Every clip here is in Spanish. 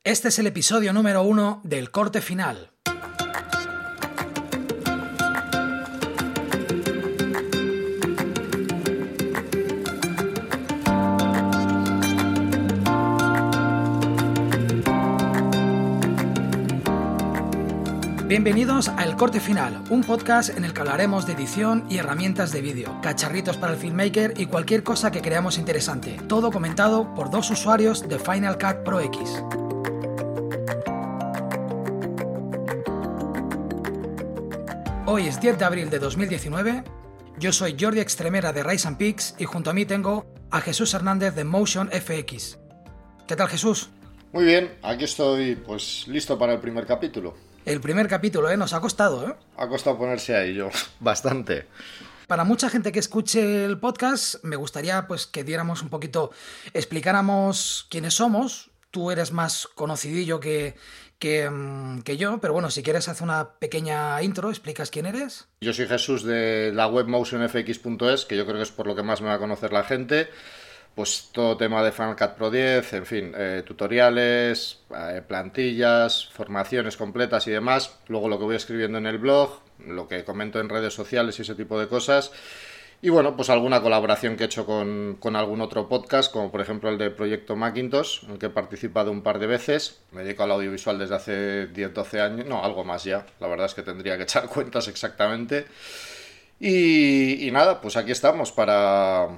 Este es el episodio número 1 del Corte Final. Bienvenidos a El Corte Final, un podcast en el que hablaremos de edición y herramientas de vídeo, cacharritos para el filmmaker y cualquier cosa que creamos interesante. Todo comentado por dos usuarios de Final Cut Pro X. Hoy es 10 de abril de 2019. Yo soy Jordi Extremera de Rise & Pix y junto a mí tengo a Jesús Hernández de Motion FX. ¿Qué tal, Jesús? Muy bien, aquí estoy pues listo para el primer capítulo. El primer capítulo, nos ha costado, Ha costado ponerse a ello, bastante. Para mucha gente que escuche el podcast, me gustaría pues que diéramos un poquito, explicáramos quiénes somos. Tú eres más conocidillo que yo, pero bueno, si quieres hacer una pequeña intro, explicas quién eres. Yo soy Jesús de la web motionfx.es, que yo creo que es por lo que más me va a conocer la gente. Pues todo tema de Final Cut Pro 10, en fin, tutoriales, plantillas, formaciones completas y demás. Luego lo que voy escribiendo en el blog, lo que comento en redes sociales y ese tipo de cosas. Y bueno, pues alguna colaboración que he hecho con algún otro podcast, como por ejemplo el de Proyecto Macintosh, en el que he participado un par de veces. Me dedico al audiovisual desde hace 10-12 años, no, algo más ya. La verdad es que tendría que echar cuentas exactamente. Y nada, pues aquí estamos para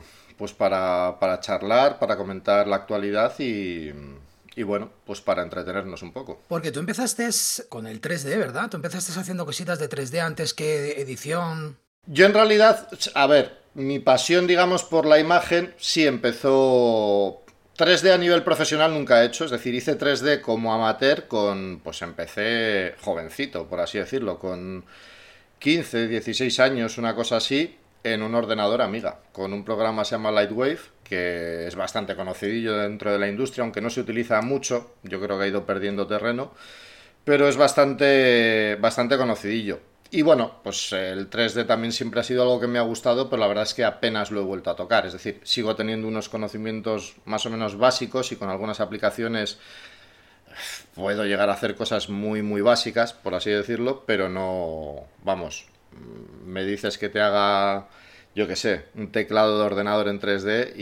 charlar, para comentar la actualidad y bueno, pues para entretenernos un poco. Porque tú empezaste con el 3D, ¿verdad? Tú empezaste haciendo cositas de 3D antes que edición. Yo en realidad, a ver, mi pasión, digamos, por la imagen sí empezó. 3D a nivel profesional nunca he hecho, es decir, hice 3D como amateur pues empecé jovencito, por así decirlo, con 15, 16 años, una cosa así, en un ordenador Amiga, con un programa que se llama Lightwave, que es bastante conocidillo dentro de la industria, aunque no se utiliza mucho, yo creo que ha ido perdiendo terreno, pero es bastante conocidillo. Y bueno, pues el 3D también siempre ha sido algo que me ha gustado, pero la verdad es que apenas lo he vuelto a tocar, es decir, sigo teniendo unos conocimientos más o menos básicos y con algunas aplicaciones puedo llegar a hacer cosas muy muy básicas, por así decirlo, pero no, vamos, me dices que te haga, yo qué sé, un teclado de ordenador en 3D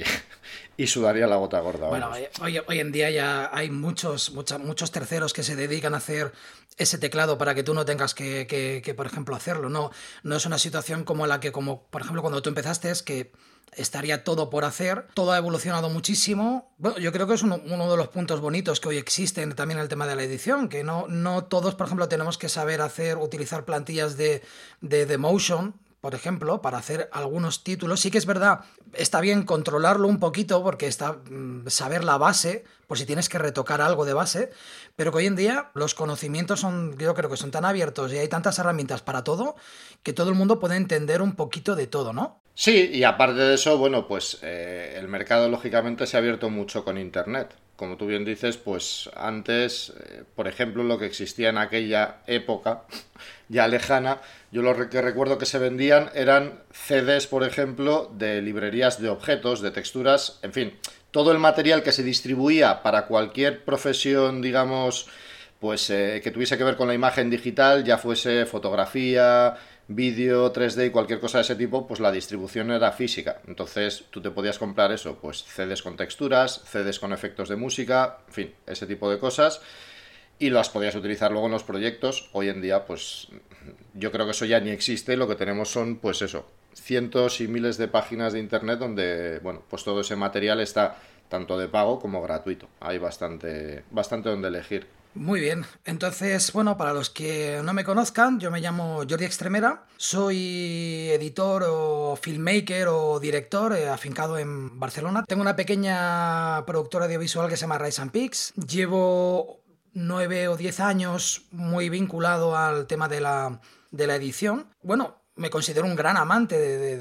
y sudaría la gota gorda. Bueno, hoy en día ya hay muchos terceros que se dedican a hacer ese teclado para que tú no tengas que por ejemplo, hacerlo. No es una situación como la que, como por ejemplo, cuando tú empezaste, es que estaría todo por hacer. Todo ha evolucionado muchísimo. Bueno, yo creo que es uno de los puntos bonitos que hoy existen también en el tema de la edición, que no todos, por ejemplo, tenemos que saber utilizar plantillas de Motion, por ejemplo, para hacer algunos títulos. Sí que es verdad, está bien controlarlo un poquito porque está saber la base, por si tienes que retocar algo de base, pero que hoy en día los conocimientos yo creo que son tan abiertos y hay tantas herramientas para todo que todo el mundo puede entender un poquito de todo, ¿no? Sí, y aparte de eso, bueno, pues el mercado lógicamente se ha abierto mucho con Internet. Como tú bien dices, pues antes, por ejemplo, lo que existía en aquella época ya lejana, yo lo que recuerdo que se vendían eran CDs, por ejemplo, de librerías de objetos, de texturas, en fin, todo el material que se distribuía para cualquier profesión, digamos, pues que tuviese que ver con la imagen digital, ya fuese fotografía, vídeo, 3D y cualquier cosa de ese tipo, pues la distribución era física. Entonces tú te podías comprar eso, pues CDs con texturas, CDs con efectos de música, en fin, ese tipo de cosas, y las podías utilizar luego en los proyectos. Hoy en día, pues yo creo que eso ya ni existe. Lo que tenemos son, pues eso, cientos y miles de páginas de internet donde, bueno, pues todo ese material está tanto de pago como gratuito. Hay bastante donde elegir. Muy bien, entonces, bueno, para los que no me conozcan, yo me llamo Jordi Extremera, soy editor o filmmaker o director afincado en Barcelona. Tengo una pequeña productora audiovisual que se llama Rise & Pix. Llevo 9 o 10 años muy vinculado al tema de la edición. Bueno, me considero un gran amante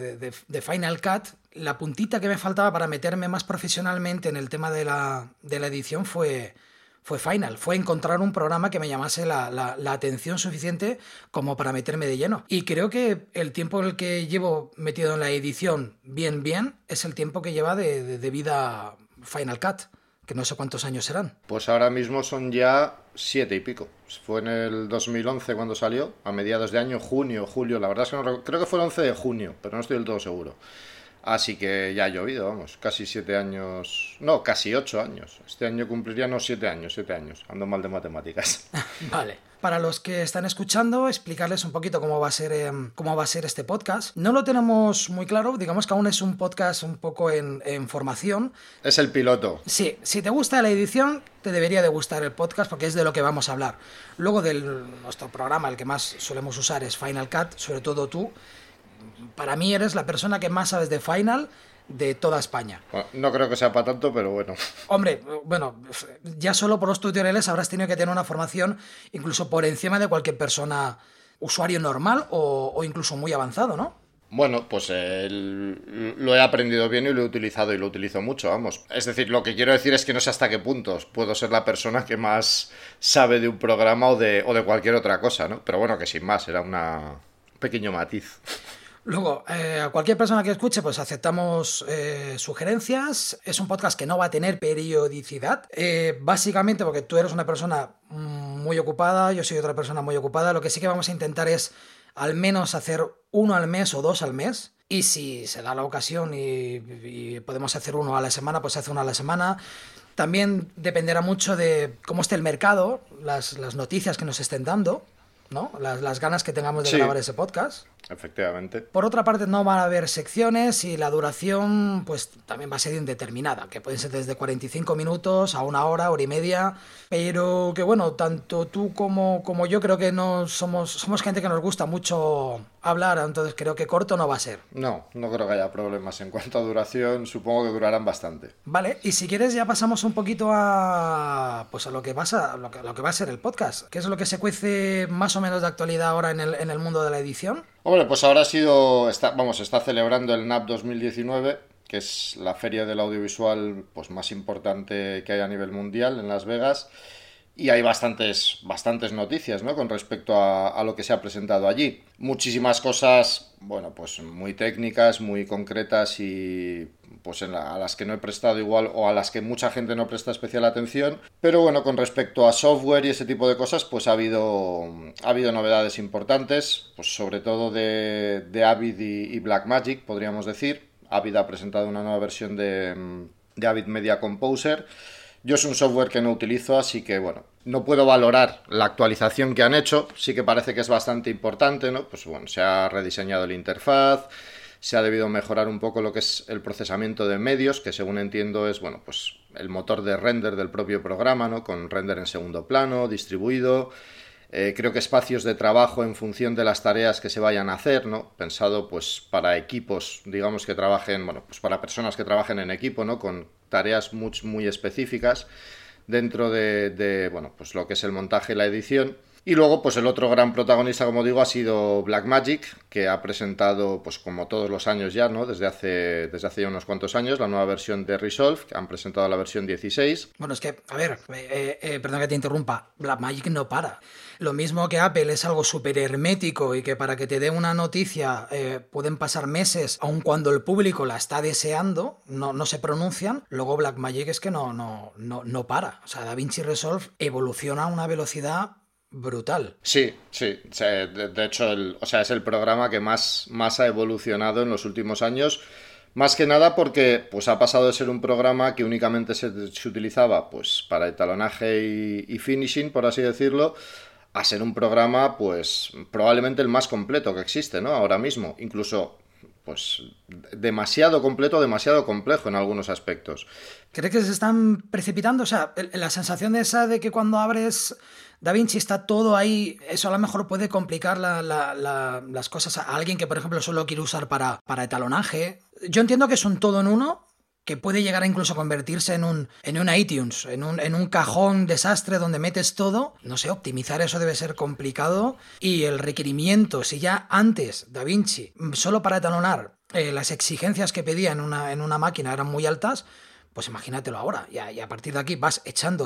de Final Cut. La puntita que me faltaba para meterme más profesionalmente en el tema de la edición fue Final, fue encontrar un programa que me llamase la atención suficiente como para meterme de lleno. Y creo que el tiempo en el que llevo metido en la edición bien, es el tiempo que lleva de vida Final Cut. que no sé cuántos años serán. Pues ahora mismo son ya 7 y pico. Fue en el 2011 cuando salió, a mediados de año, junio, julio. La verdad es que creo que fue el 11 de junio, pero no estoy del todo seguro. Así que ya ha llovido, vamos, casi 7 años, no, casi 8 años. Este año cumpliría, no, 7 años, 7 años. Ando mal de matemáticas. Vale. Para los que están escuchando, explicarles un poquito cómo va a ser este podcast. No lo tenemos muy claro, digamos que aún es un podcast un poco en formación. Es el piloto. Sí, si te gusta la edición, te debería de gustar el podcast porque es de lo que vamos a hablar. Luego nuestro programa, el que más solemos usar es Final Cut, sobre todo tú. Para mí eres la persona que más sabes de Final de toda España. Bueno, no creo que sea para tanto, pero bueno. Hombre, bueno, ya solo por los tutoriales habrás tenido que tener una formación incluso por encima de cualquier persona, usuario normal o incluso muy avanzado, ¿no? Bueno, pues lo he aprendido bien y lo he utilizado y lo utilizo mucho, vamos. Es decir, lo que quiero decir es que no sé hasta qué puntos puedo ser la persona que más sabe de un programa o de cualquier otra cosa, ¿no? Pero bueno, que sin más, era un pequeño matiz. Luego, a cualquier persona que escuche, pues aceptamos sugerencias. Es un podcast que no va a tener periodicidad. Básicamente porque tú eres una persona muy ocupada, yo soy otra persona muy ocupada. Lo que sí que vamos a intentar es al menos hacer uno al mes o dos al mes. Y si se da la ocasión y podemos hacer uno a la semana, pues se hace uno a la semana. También dependerá mucho de cómo esté el mercado, las noticias que nos estén dando, ¿no? Las ganas que tengamos de grabar ese podcast. Efectivamente. Por otra parte, no van a haber secciones y la duración pues también va a ser indeterminada, que pueden ser desde 45 minutos a una hora y media, pero que bueno, tanto tú como yo creo que no somos gente que nos gusta mucho hablar, entonces creo que corto no va a ser. No creo que haya problemas. En cuanto a duración, supongo que durarán bastante. Vale, y si quieres ya pasamos un poquito a lo que va a ser el podcast. ¿Qué es lo que se cuece más o menos de actualidad ahora en el mundo de la edición? Hombre, pues ahora está celebrando el NAB 2019, que es la feria del audiovisual pues más importante que hay a nivel mundial en Las Vegas. Y hay bastantes noticias, ¿no? Con respecto a lo que se ha presentado allí. Muchísimas cosas, bueno, pues muy técnicas, muy concretas y pues a las que no he prestado igual o a las que mucha gente no presta especial atención. Pero bueno, con respecto a software y ese tipo de cosas, pues ha habido novedades importantes, pues sobre todo de Avid y Blackmagic, podríamos decir. Avid ha presentado una nueva versión de Avid Media Composer. Yo es un software que no utilizo, así que bueno, no puedo valorar la actualización que han hecho. Sí que parece que es bastante importante, ¿no? Pues bueno, se ha rediseñado la interfaz, se ha debido mejorar un poco lo que es el procesamiento de medios, que según entiendo es, bueno, pues el motor de render del propio programa, ¿no? Con render en segundo plano, distribuido. Creo que espacios de trabajo en función de las tareas que se vayan a hacer, ¿no? Pensado pues para equipos, digamos que trabajen, bueno, pues para personas que trabajen en equipo, ¿no? Con tareas muy, muy específicas dentro de bueno, pues lo que es el montaje y la edición. Y luego, pues el otro gran protagonista, como digo, ha sido Blackmagic, que ha presentado, pues como todos los años ya, ¿no? Desde hace ya unos cuantos años, la nueva versión de Resolve, que han presentado la versión 16. Bueno, es que, a ver, perdón que te interrumpa, Blackmagic no para. Lo mismo que Apple es algo súper hermético y que para que te dé una noticia pueden pasar meses, aun cuando el público la está deseando, no se pronuncian. Luego Blackmagic es que no para. O sea, DaVinci Resolve evoluciona a una velocidad brutal. Sí. De hecho, es el programa que más ha evolucionado en los últimos años. Más que nada porque pues, ha pasado de ser un programa que únicamente se utilizaba pues, para etalonaje y finishing, por así decirlo, a ser un programa pues probablemente el más completo que existe, ¿no? Ahora mismo. Incluso pues demasiado completo, demasiado complejo en algunos aspectos. ¿Crees que se están precipitando? O sea, la sensación esa de que cuando abres DaVinci está todo ahí, eso a lo mejor puede complicar las cosas a alguien que, por ejemplo, solo quiere usar para etalonaje. Yo entiendo que es un todo en uno, que puede llegar a incluso convertirse en un iTunes, en un cajón desastre donde metes todo. No sé, optimizar eso debe ser complicado. Y el requerimiento, si ya antes DaVinci, solo para etalonar, las exigencias que pedía en una máquina eran muy altas, pues imagínatelo ahora. Y a partir de aquí vas echando.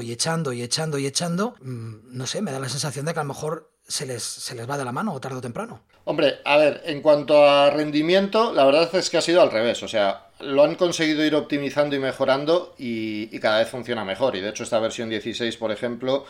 No sé, me da la sensación de que a lo mejor se les va de la mano tarde o temprano. Hombre, a ver, en cuanto a rendimiento, la verdad es que ha sido al revés. O sea, lo han conseguido ir optimizando y mejorando y cada vez funciona mejor. Y de hecho esta versión 16, por ejemplo,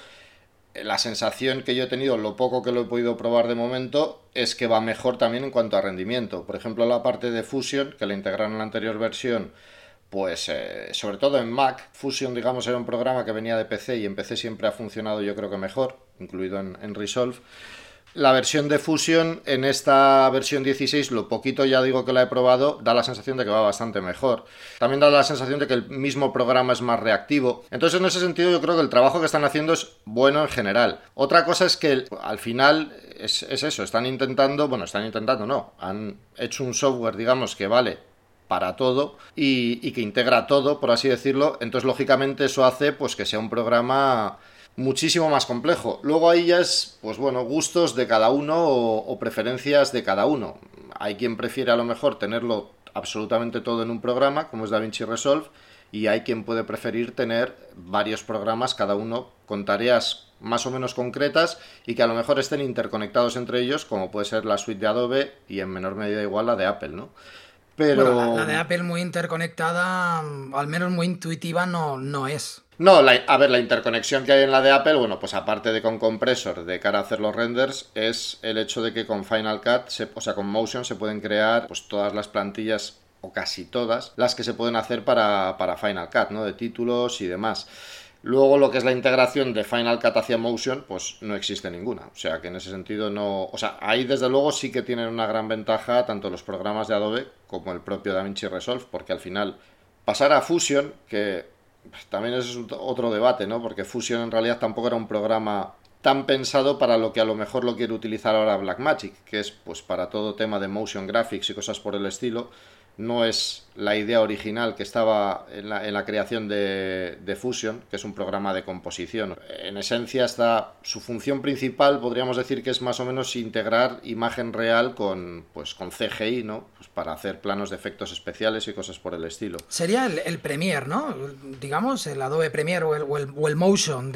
la sensación que yo he tenido, lo poco que lo he podido probar de momento, es que va mejor también en cuanto a rendimiento. Por ejemplo, la parte de Fusion, que la integraron en la anterior versión, pues sobre todo en Mac, Fusion, digamos, era un programa que venía de PC y en PC siempre ha funcionado yo creo que mejor, incluido en Resolve. La versión de Fusion, en esta versión 16, lo poquito ya digo que la he probado, da la sensación de que va bastante mejor. También da la sensación de que el mismo programa es más reactivo. Entonces, en ese sentido, yo creo que el trabajo que están haciendo es bueno en general. Otra cosa es que al final es eso, están intentando no, han hecho un software, digamos, que vale para todo y que integra todo, por así decirlo. Entonces, lógicamente, eso hace pues que sea un programa muchísimo más complejo. Luego ahí ya es, pues bueno, gustos de cada uno o preferencias de cada uno. Hay quien prefiere a lo mejor tenerlo absolutamente todo en un programa, como es DaVinci Resolve, y hay quien puede preferir tener varios programas, cada uno con tareas más o menos concretas y que a lo mejor estén interconectados entre ellos, como puede ser la suite de Adobe y en menor medida igual la de Apple, ¿no? Bueno, Pero la de Apple muy interconectada, al menos muy intuitiva, no es. no, a ver, la interconexión que hay en la de Apple, bueno, pues aparte de con Compressor de cara a hacer los renders, es el hecho de que con Final Cut, o sea, con Motion se pueden crear pues todas las plantillas, o casi todas, las que se pueden hacer para Final Cut, ¿no? De títulos y demás. Luego lo que es la integración de Final Cut hacia Motion, pues no existe ninguna. O sea, que en ese sentido no... O sea, ahí desde luego sí que tienen una gran ventaja tanto los programas de Adobe como el propio DaVinci Resolve, porque al final pasar a Fusion, que también es otro debate, ¿no? Porque Fusion en realidad tampoco era un programa tan pensado para lo que a lo mejor lo quiere utilizar ahora Blackmagic, que es pues para todo tema de motion graphics y cosas por el estilo. No es la idea original que estaba en la creación de Fusion, que es un programa de composición. En esencia, su función principal, podríamos decir que es más o menos integrar imagen real con CGI, ¿no? Pues para hacer planos de efectos especiales y cosas por el estilo. Sería el Premiere, ¿no? Digamos, el Adobe Premiere o el Motion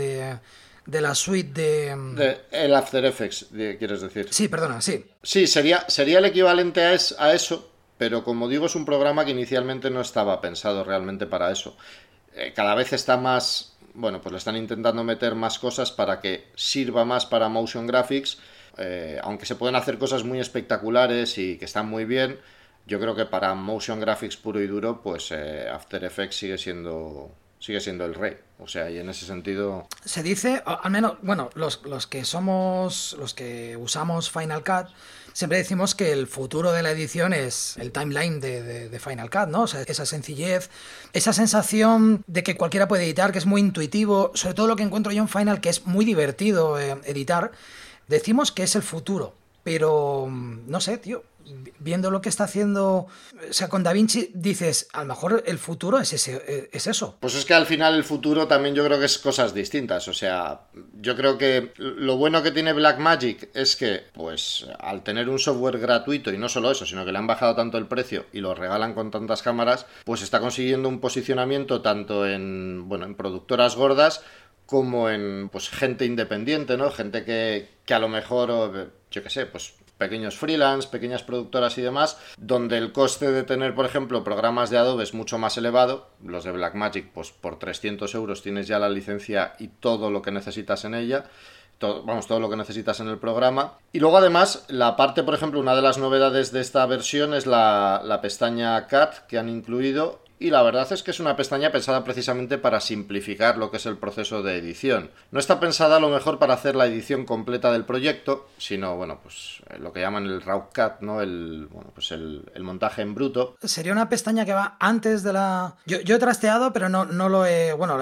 de la suite el After Effects, ¿quieres decir? Sí, perdona, sí. Sí, sería el equivalente a eso. Pero como digo, es un programa que inicialmente no estaba pensado realmente para eso. Cada vez está más... Bueno, pues le están intentando meter más cosas para que sirva más para motion graphics. Aunque se pueden hacer cosas muy espectaculares y que están muy bien, yo creo que para motion graphics puro y duro, pues After Effects sigue siendo el rey. O sea, y en ese sentido... Se dice, al menos, bueno, los que usamos Final Cut, siempre decimos que el futuro de la edición es el timeline de Final Cut, ¿no? O sea, esa sencillez, esa sensación de que cualquiera puede editar, que es muy intuitivo, sobre todo lo que encuentro yo en Final, que es muy divertido editar, decimos que es el futuro, pero no sé, tío, viendo lo que está haciendo, o sea, con DaVinci dices, a lo mejor el futuro es eso. Pues es que al final el futuro también yo creo que es cosas distintas. O sea, yo creo que lo bueno que tiene Blackmagic es que, pues, al tener un software gratuito, y no solo eso, sino que le han bajado tanto el precio y lo regalan con tantas cámaras, pues está consiguiendo un posicionamiento tanto en productoras gordas como en, pues, gente independiente, ¿no? Gente que a lo mejor, yo qué sé, pues pequeños freelance, pequeñas productoras y demás, donde el coste de tener, por ejemplo, programas de Adobe es mucho más elevado. Los de Blackmagic, pues por 300 euros tienes ya la licencia y todo lo que necesitas en ella. Todo lo que necesitas en el programa. Y luego además, la parte, por ejemplo, una de las novedades de esta versión es la pestaña Cut que han incluido. Y la verdad es que es una pestaña pensada precisamente para simplificar lo que es el proceso de edición. No está pensada a lo mejor para hacer la edición completa del proyecto, sino, pues lo que llaman el raw cut, ¿no? El montaje en bruto. Sería una pestaña que va antes de la... Yo he trasteado, pero no lo he... Bueno,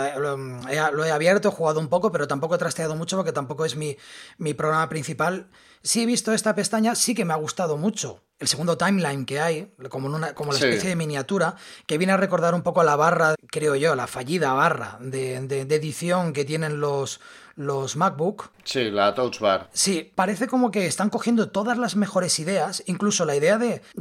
lo he abierto, he jugado un poco, pero tampoco he trasteado mucho porque tampoco es mi programa principal. Sí he visto esta pestaña, sí que me ha gustado mucho. El segundo timeline que hay, como la especie de miniatura, que viene a recordar un poco la barra, creo yo, la fallida barra de edición que tienen los MacBook. Sí, la Touch Bar. Sí, parece como que están cogiendo todas las mejores ideas, incluso la idea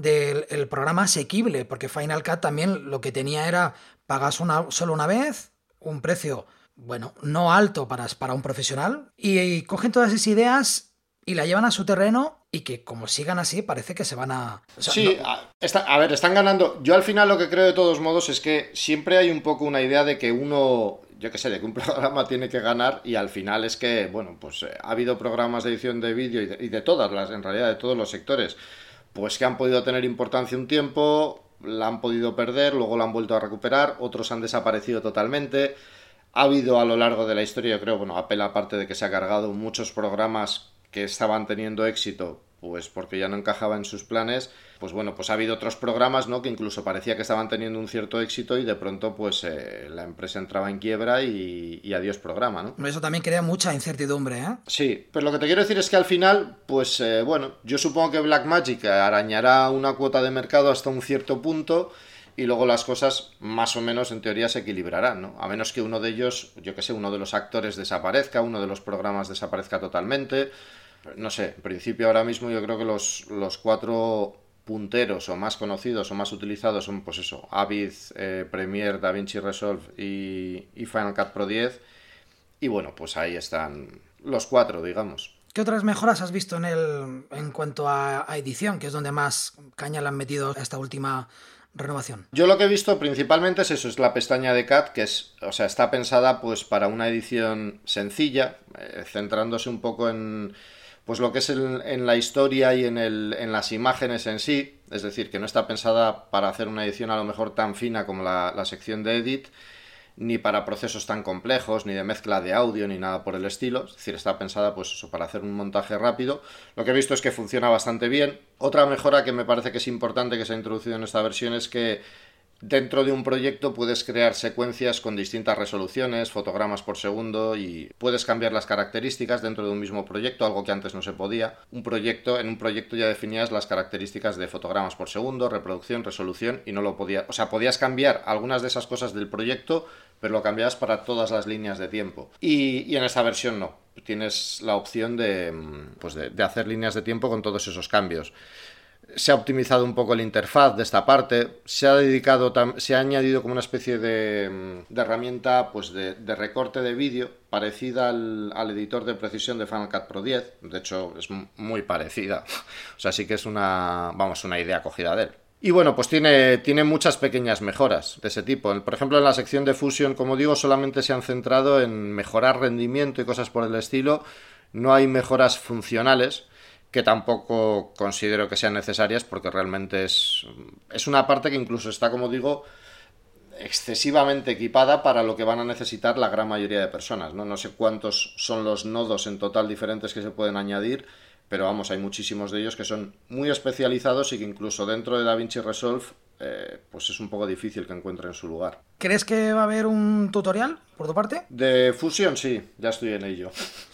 del programa asequible, porque Final Cut también lo que tenía era pagas solo una vez, un precio, no alto para un profesional, y cogen todas esas ideas y la llevan a su terreno y que como sigan así parece que se van a... O sea, Sí, no... a ver, están ganando. Yo al final lo que creo de todos modos es que siempre hay un poco una idea de que uno, yo qué sé, de que un programa tiene que ganar y al final es que, bueno, pues ha habido programas de edición de vídeo y de todas las, en realidad de todos los sectores, pues que han podido tener importancia un tiempo, la han podido perder, luego la han vuelto a recuperar, otros han desaparecido totalmente. Ha habido a lo largo de la historia, yo creo, bueno, Apple aparte de que se ha cargado muchos programas que estaban teniendo éxito, pues porque ya no encajaba en sus planes, pues bueno, pues ha habido otros programas, ¿no? Que incluso parecía que estaban teniendo un cierto éxito y de pronto pues la empresa entraba en quiebra y adiós programa, ¿no? Eso también crea mucha incertidumbre, ¿eh? Sí, pero lo que te quiero decir es que al final, pues bueno, yo supongo que Blackmagic arañará una cuota de mercado hasta un cierto punto y luego las cosas más o menos en teoría se equilibrarán, ¿no? A menos que uno de ellos, yo que sé, uno de los actores desaparezca, uno de los programas desaparezca totalmente. No sé, en principio ahora mismo yo creo que los cuatro punteros o más conocidos o más utilizados son pues eso, Avid, Premiere, DaVinci Resolve y Final Cut Pro 10 y bueno, pues ahí están los cuatro, digamos. ¿Qué otras mejoras has visto en cuanto a edición, que es donde más caña le han metido a esta última renovación? Yo lo que he visto principalmente es eso, es la pestaña de CAT, que es, o sea, está pensada pues para una edición sencilla, centrándose un poco en pues lo que es en la historia y en las imágenes en sí, es decir, que no está pensada para hacer una edición a lo mejor tan fina como la sección de edit, ni para procesos tan complejos, ni de mezcla de audio, ni nada por el estilo. Es decir, está pensada pues eso, para hacer un montaje rápido. Lo que he visto es que funciona bastante bien. Otra mejora que me parece que es importante que se ha introducido en esta versión es que dentro de un proyecto puedes crear secuencias con distintas resoluciones, fotogramas por segundo y puedes cambiar las características dentro de un mismo proyecto, algo que antes no se podía. En un proyecto ya definías las características de fotogramas por segundo, reproducción, resolución y no lo podías, o sea, podías cambiar algunas de esas cosas del proyecto, pero lo cambiabas para todas las líneas de tiempo. Y en esta versión no. Tienes la opción de hacer líneas de tiempo con todos esos cambios. Se ha optimizado un poco la interfaz de esta parte, se ha añadido como una especie de herramienta pues de recorte de vídeo parecida al editor de precisión de Final Cut Pro 10, de hecho es muy parecida, o sea, sí que es una idea cogida de él. Y bueno, pues tiene muchas pequeñas mejoras de ese tipo. Por ejemplo, en la sección de Fusion, como digo, solamente se han centrado en mejorar rendimiento y cosas por el estilo, no hay mejoras funcionales, que tampoco considero que sean necesarias porque realmente es una parte que incluso está, como digo, excesivamente equipada para lo que van a necesitar la gran mayoría de personas, ¿no? No sé cuántos son los nodos en total diferentes que se pueden añadir, pero vamos, hay muchísimos de ellos que son muy especializados y que incluso dentro de DaVinci Resolve pues es un poco difícil que encuentren su lugar. ¿Crees que va a haber un tutorial por tu parte? De Fusion sí, ya estoy en ello.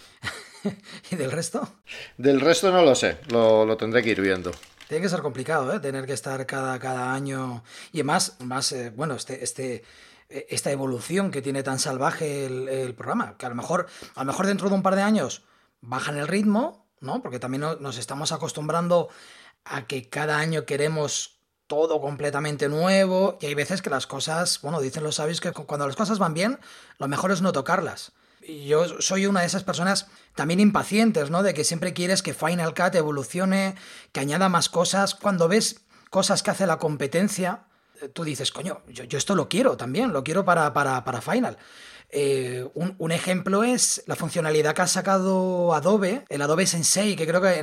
¿Y del resto? Del resto no lo sé, lo tendré que ir viendo. Tiene que ser complicado, ¿eh? Tener que estar cada año. Y más bueno, esta evolución que tiene tan salvaje el programa. Que a lo mejor dentro de un par de años bajan el ritmo, ¿no? Porque también nos estamos acostumbrando a que cada año queremos todo completamente nuevo. Y hay veces que las cosas, bueno, dicen los sabios que cuando las cosas van bien, lo mejor es no tocarlas. Y yo soy una de esas personas también impacientes, ¿no? De que siempre quieres que Final Cut evolucione, que añada más cosas. Cuando ves cosas que hace la competencia, tú dices, coño, yo esto lo quiero también, lo quiero para Final. Un ejemplo es la funcionalidad que ha sacado Adobe, el Adobe Sensei, que creo que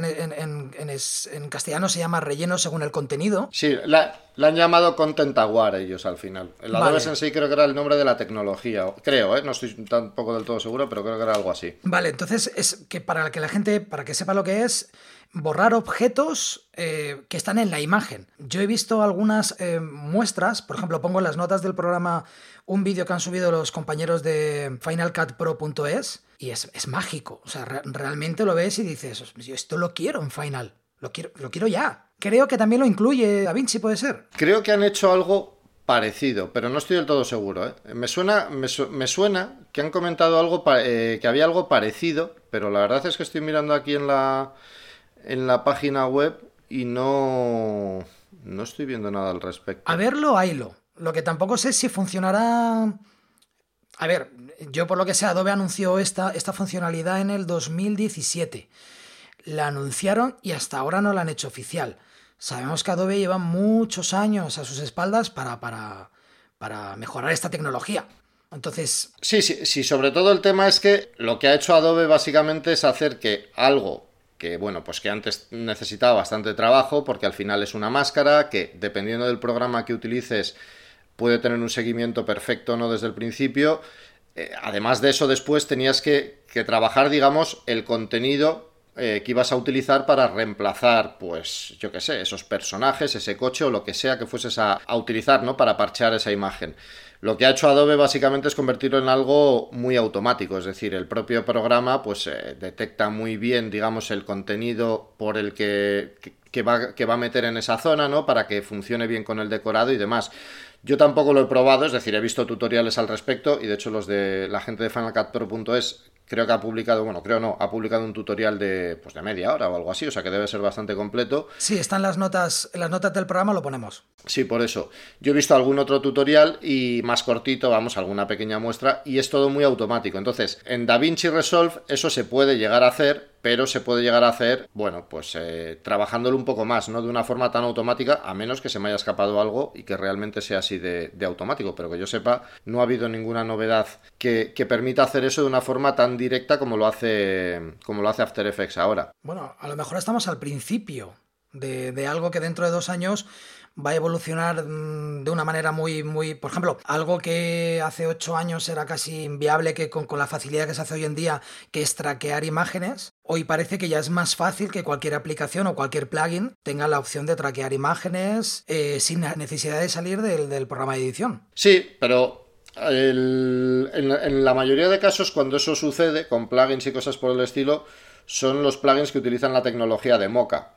en castellano se llama relleno según el contenido. Sí, la han llamado Content Aware ellos al final. El Adobe Vale. Sensei creo que era el nombre de la tecnología. Creo, no estoy tampoco del todo seguro, pero creo que era algo así. Vale, entonces es que para que la gente, para que sepa lo que es, borrar objetos que están en la imagen. Yo he visto algunas muestras, por ejemplo, pongo en las notas del programa un vídeo que han subido los compañeros de finalcutpro.es y es mágico. O sea, realmente lo ves y dices, yo esto lo quiero en Final, lo quiero ya. Creo que también lo incluye DaVinci, ¿puede ser? Creo que han hecho algo parecido, pero no estoy del todo seguro, ¿eh? Me suena que han comentado algo que había algo parecido, pero la verdad es que estoy mirando aquí en la página web y no estoy viendo nada al respecto. A verlo, haylo. Lo que tampoco sé es si funcionará... A ver, yo por lo que sé, Adobe anunció esta funcionalidad en el 2017. la anunciaron y hasta ahora no la han hecho oficial. Sabemos que Adobe lleva muchos años a sus espaldas para mejorar esta tecnología. Entonces... Sí, sobre todo el tema es que lo que ha hecho Adobe básicamente es hacer que algo que, bueno, pues que antes necesitaba bastante trabajo, porque al final es una máscara que, dependiendo del programa que utilices, puede tener un seguimiento perfecto, ¿no?, desde el principio. Además de eso, después tenías que trabajar, digamos, el contenido que ibas a utilizar para reemplazar, pues, yo qué sé, esos personajes, ese coche o lo que sea que fueses a utilizar, ¿no?, para parchear esa imagen. Lo que ha hecho Adobe básicamente es convertirlo en algo muy automático, es decir, el propio programa pues detecta muy bien, digamos, el contenido por el que va a meter en esa zona, ¿no?, para que funcione bien con el decorado y demás. Yo tampoco lo he probado, es decir, he visto tutoriales al respecto y de hecho los de la gente de FinalCutPro.es creo que ha publicado, bueno, creo no, ha publicado un tutorial de media hora o algo así, o sea que debe ser bastante completo. Sí, está en las notas del programa, lo ponemos. Sí, por eso. Yo he visto algún otro tutorial y más cortito, vamos, alguna pequeña muestra, y es todo muy automático. Entonces, en DaVinci Resolve eso se puede llegar a hacer, pero se puede llegar a hacer, bueno, pues trabajándolo un poco más, no de una forma tan automática, a menos que se me haya escapado algo y que realmente sea así de automático. Pero que yo sepa, no ha habido ninguna novedad que permita hacer eso de una forma tan directa como lo hace After Effects ahora. Bueno, a lo mejor estamos al principio de algo que dentro de 2 años va a evolucionar de una manera muy... Por ejemplo, algo que hace 8 años era casi inviable, que con la facilidad que se hace hoy en día, que es traquear imágenes, hoy parece que ya es más fácil que cualquier aplicación o cualquier plugin tenga la opción de traquear imágenes sin necesidad de salir del programa de edición. Sí, pero... En la mayoría de casos, cuando eso sucede con plugins y cosas por el estilo, son los plugins que utilizan la tecnología de Mocha.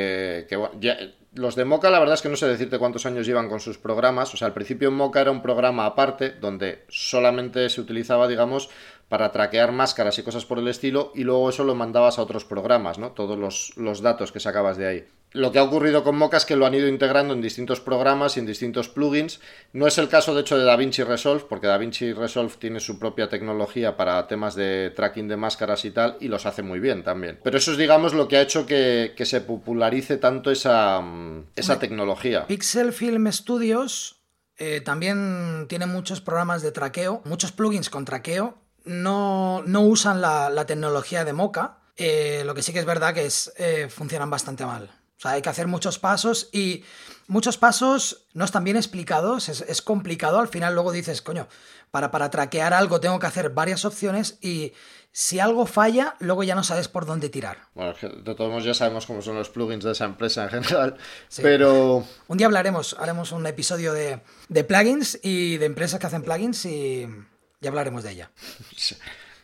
Los de Mocha, la verdad es que no sé decirte cuántos años llevan con sus programas. O sea, al principio Mocha era un programa aparte donde solamente se utilizaba, digamos, para traquear máscaras y cosas por el estilo, y luego eso lo mandabas a otros programas, ¿no? Todos los datos que sacabas de ahí. Lo que ha ocurrido con Mocha es que lo han ido integrando en distintos programas y en distintos plugins. No es el caso, de hecho, de DaVinci Resolve, porque DaVinci Resolve tiene su propia tecnología para temas de tracking de máscaras y tal, y los hace muy bien también. Pero eso es, digamos, lo que ha hecho que se popularice tanto esa tecnología. Pixel Film Studios también tiene muchos programas de traqueo, muchos plugins con traqueo. No usan la tecnología de Mocha. Lo que sí que es verdad que funcionan bastante mal. O sea, hay que hacer muchos pasos y muchos pasos no están bien explicados, es complicado. Al final luego dices, coño, para traquear algo tengo que hacer varias opciones y si algo falla, luego ya no sabes por dónde tirar. Bueno, de todos modos ya sabemos cómo son los plugins de esa empresa en general, sí. Pero... Un día haremos un episodio de plugins y de empresas que hacen plugins y ya hablaremos de ella. Sí.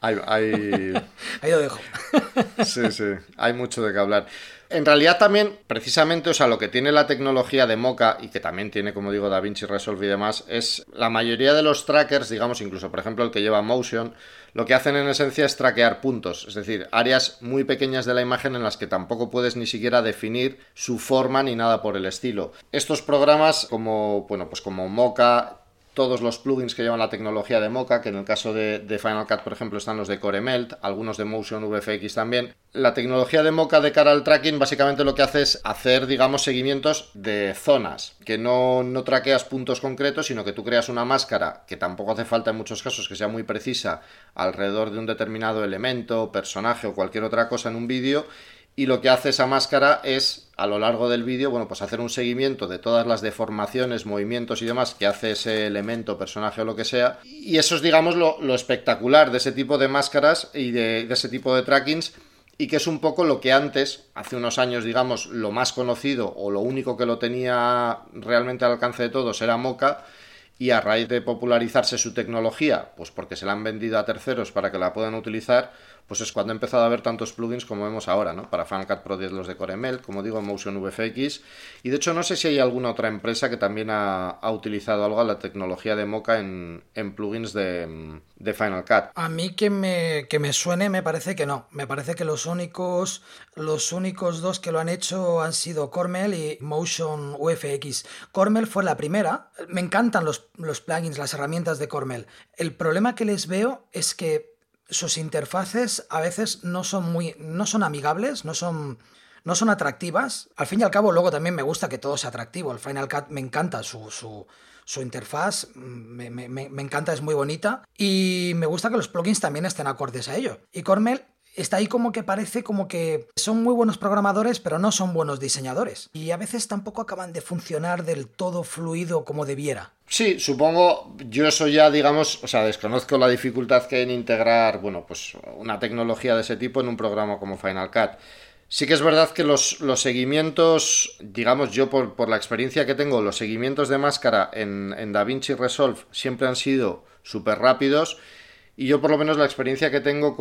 Ahí lo dejo. Sí, hay mucho de qué hablar. En realidad también, precisamente, o sea, lo que tiene la tecnología de Mocha y que también tiene, como digo, DaVinci Resolve y demás, es la mayoría de los trackers, digamos, incluso, por ejemplo, el que lleva Motion, lo que hacen en esencia es traquear puntos, es decir, áreas muy pequeñas de la imagen en las que tampoco puedes ni siquiera definir su forma ni nada por el estilo. Estos programas, como Mocha, todos los plugins que llevan la tecnología de Mocha, que en el caso de Final Cut, por ejemplo, están los de CoreMelt, algunos de Motion VFX también. La tecnología de Mocha de cara al tracking básicamente lo que hace es hacer, digamos, seguimientos de zonas, que no traqueas puntos concretos, sino que tú creas una máscara, que tampoco hace falta en muchos casos que sea muy precisa, alrededor de un determinado elemento, personaje o cualquier otra cosa en un vídeo. Y lo que hace esa máscara es, a lo largo del vídeo, bueno, pues hacer un seguimiento de todas las deformaciones, movimientos y demás que hace ese elemento, personaje o lo que sea. Y eso es, digamos, lo espectacular de ese tipo de máscaras y de ese tipo de trackings, y que es un poco lo que antes, hace unos años, digamos, lo más conocido o lo único que lo tenía realmente al alcance de todos era Mocha. Y a raíz de popularizarse su tecnología, pues porque se la han vendido a terceros para que la puedan utilizar, pues es cuando ha empezado a haber tantos plugins como vemos ahora, ¿no? Para Final Cut Pro 10 los de CoreMelt, como digo, Motion VFX. Y de hecho no sé si hay alguna otra empresa que también ha utilizado algo a la tecnología de Mocha en plugins de Final Cut. A mí que me suene, me parece que no. Me parece que los únicos dos que lo han hecho han sido CoreMelt y Motion VFX. CoreMelt fue la primera. Me encantan los plugins, las herramientas de CoreMelt. El problema que les veo es que sus interfaces a veces no son amigables, no son atractivas. Al fin y al cabo, luego también me gusta que todo sea atractivo. El Final Cut me encanta su interfaz, me encanta, es muy bonita. Y me gusta que los plugins también estén acordes a ello. Y Cormel está ahí como que parece como que son muy buenos programadores, pero no son buenos diseñadores. Y a veces tampoco acaban de funcionar del todo fluido como debiera. Sí, supongo, yo eso ya, digamos, o sea, desconozco la dificultad que hay en integrar, bueno, pues una tecnología de ese tipo en un programa como Final Cut. Sí que es verdad que los seguimientos, digamos yo por la experiencia que tengo, los seguimientos de máscara en DaVinci Resolve siempre han sido súper rápidos y yo por lo menos la experiencia que tengo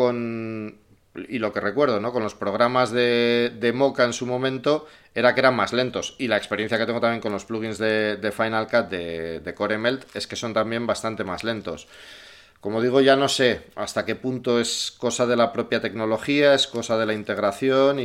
y lo que recuerdo, ¿no? Con los programas de Mocha en su momento era que eran más lentos y la experiencia que tengo también con los plugins de Final Cut de CoreMelt es que son también bastante más lentos. Como digo, ya no sé hasta qué punto es cosa de la propia tecnología, es cosa de la integración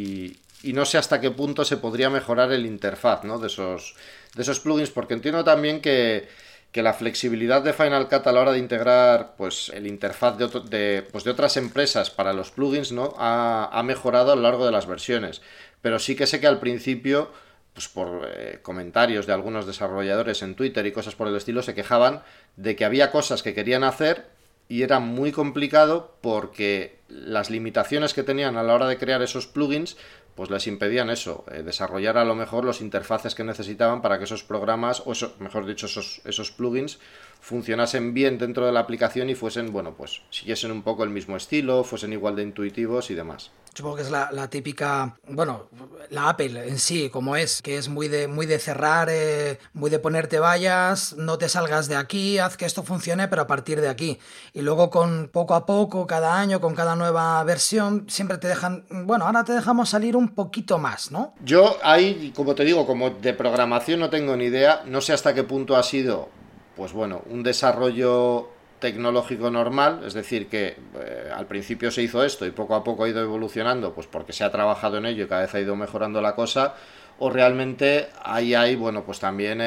y no sé hasta qué punto se podría mejorar el interfaz, ¿no? de esos plugins, porque entiendo también que la flexibilidad de Final Cut a la hora de integrar pues, el interfaz de otras empresas para los plugins, ¿no? ha mejorado a lo largo de las versiones. Pero sí que sé que al principio, pues por comentarios de algunos desarrolladores en Twitter y cosas por el estilo, se quejaban de que había cosas que querían hacer y era muy complicado porque las limitaciones que tenían a la hora de crear esos plugins pues les impedían eso, desarrollar a lo mejor los interfaces que necesitaban para que esos programas, o eso, mejor dicho, esos plugins funcionasen bien dentro de la aplicación y fuesen, bueno, pues siguiesen un poco el mismo estilo, fuesen igual de intuitivos y demás. Supongo que es la típica, bueno, la Apple en sí, como es, que es muy de cerrar, muy de ponerte vallas, no te salgas de aquí, haz que esto funcione, pero a partir de aquí. Y luego con poco a poco, cada año, con cada nueva versión, siempre te dejan, bueno, ahora te dejamos salir un poquito más, ¿no? Yo ahí, como te digo, como de programación no tengo ni idea, no sé hasta qué punto ha sido, pues bueno, un desarrollo tecnológico normal, es decir, que al principio se hizo esto y poco a poco ha ido evolucionando, pues porque se ha trabajado en ello y cada vez ha ido mejorando la cosa, o realmente ahí hay, bueno, pues también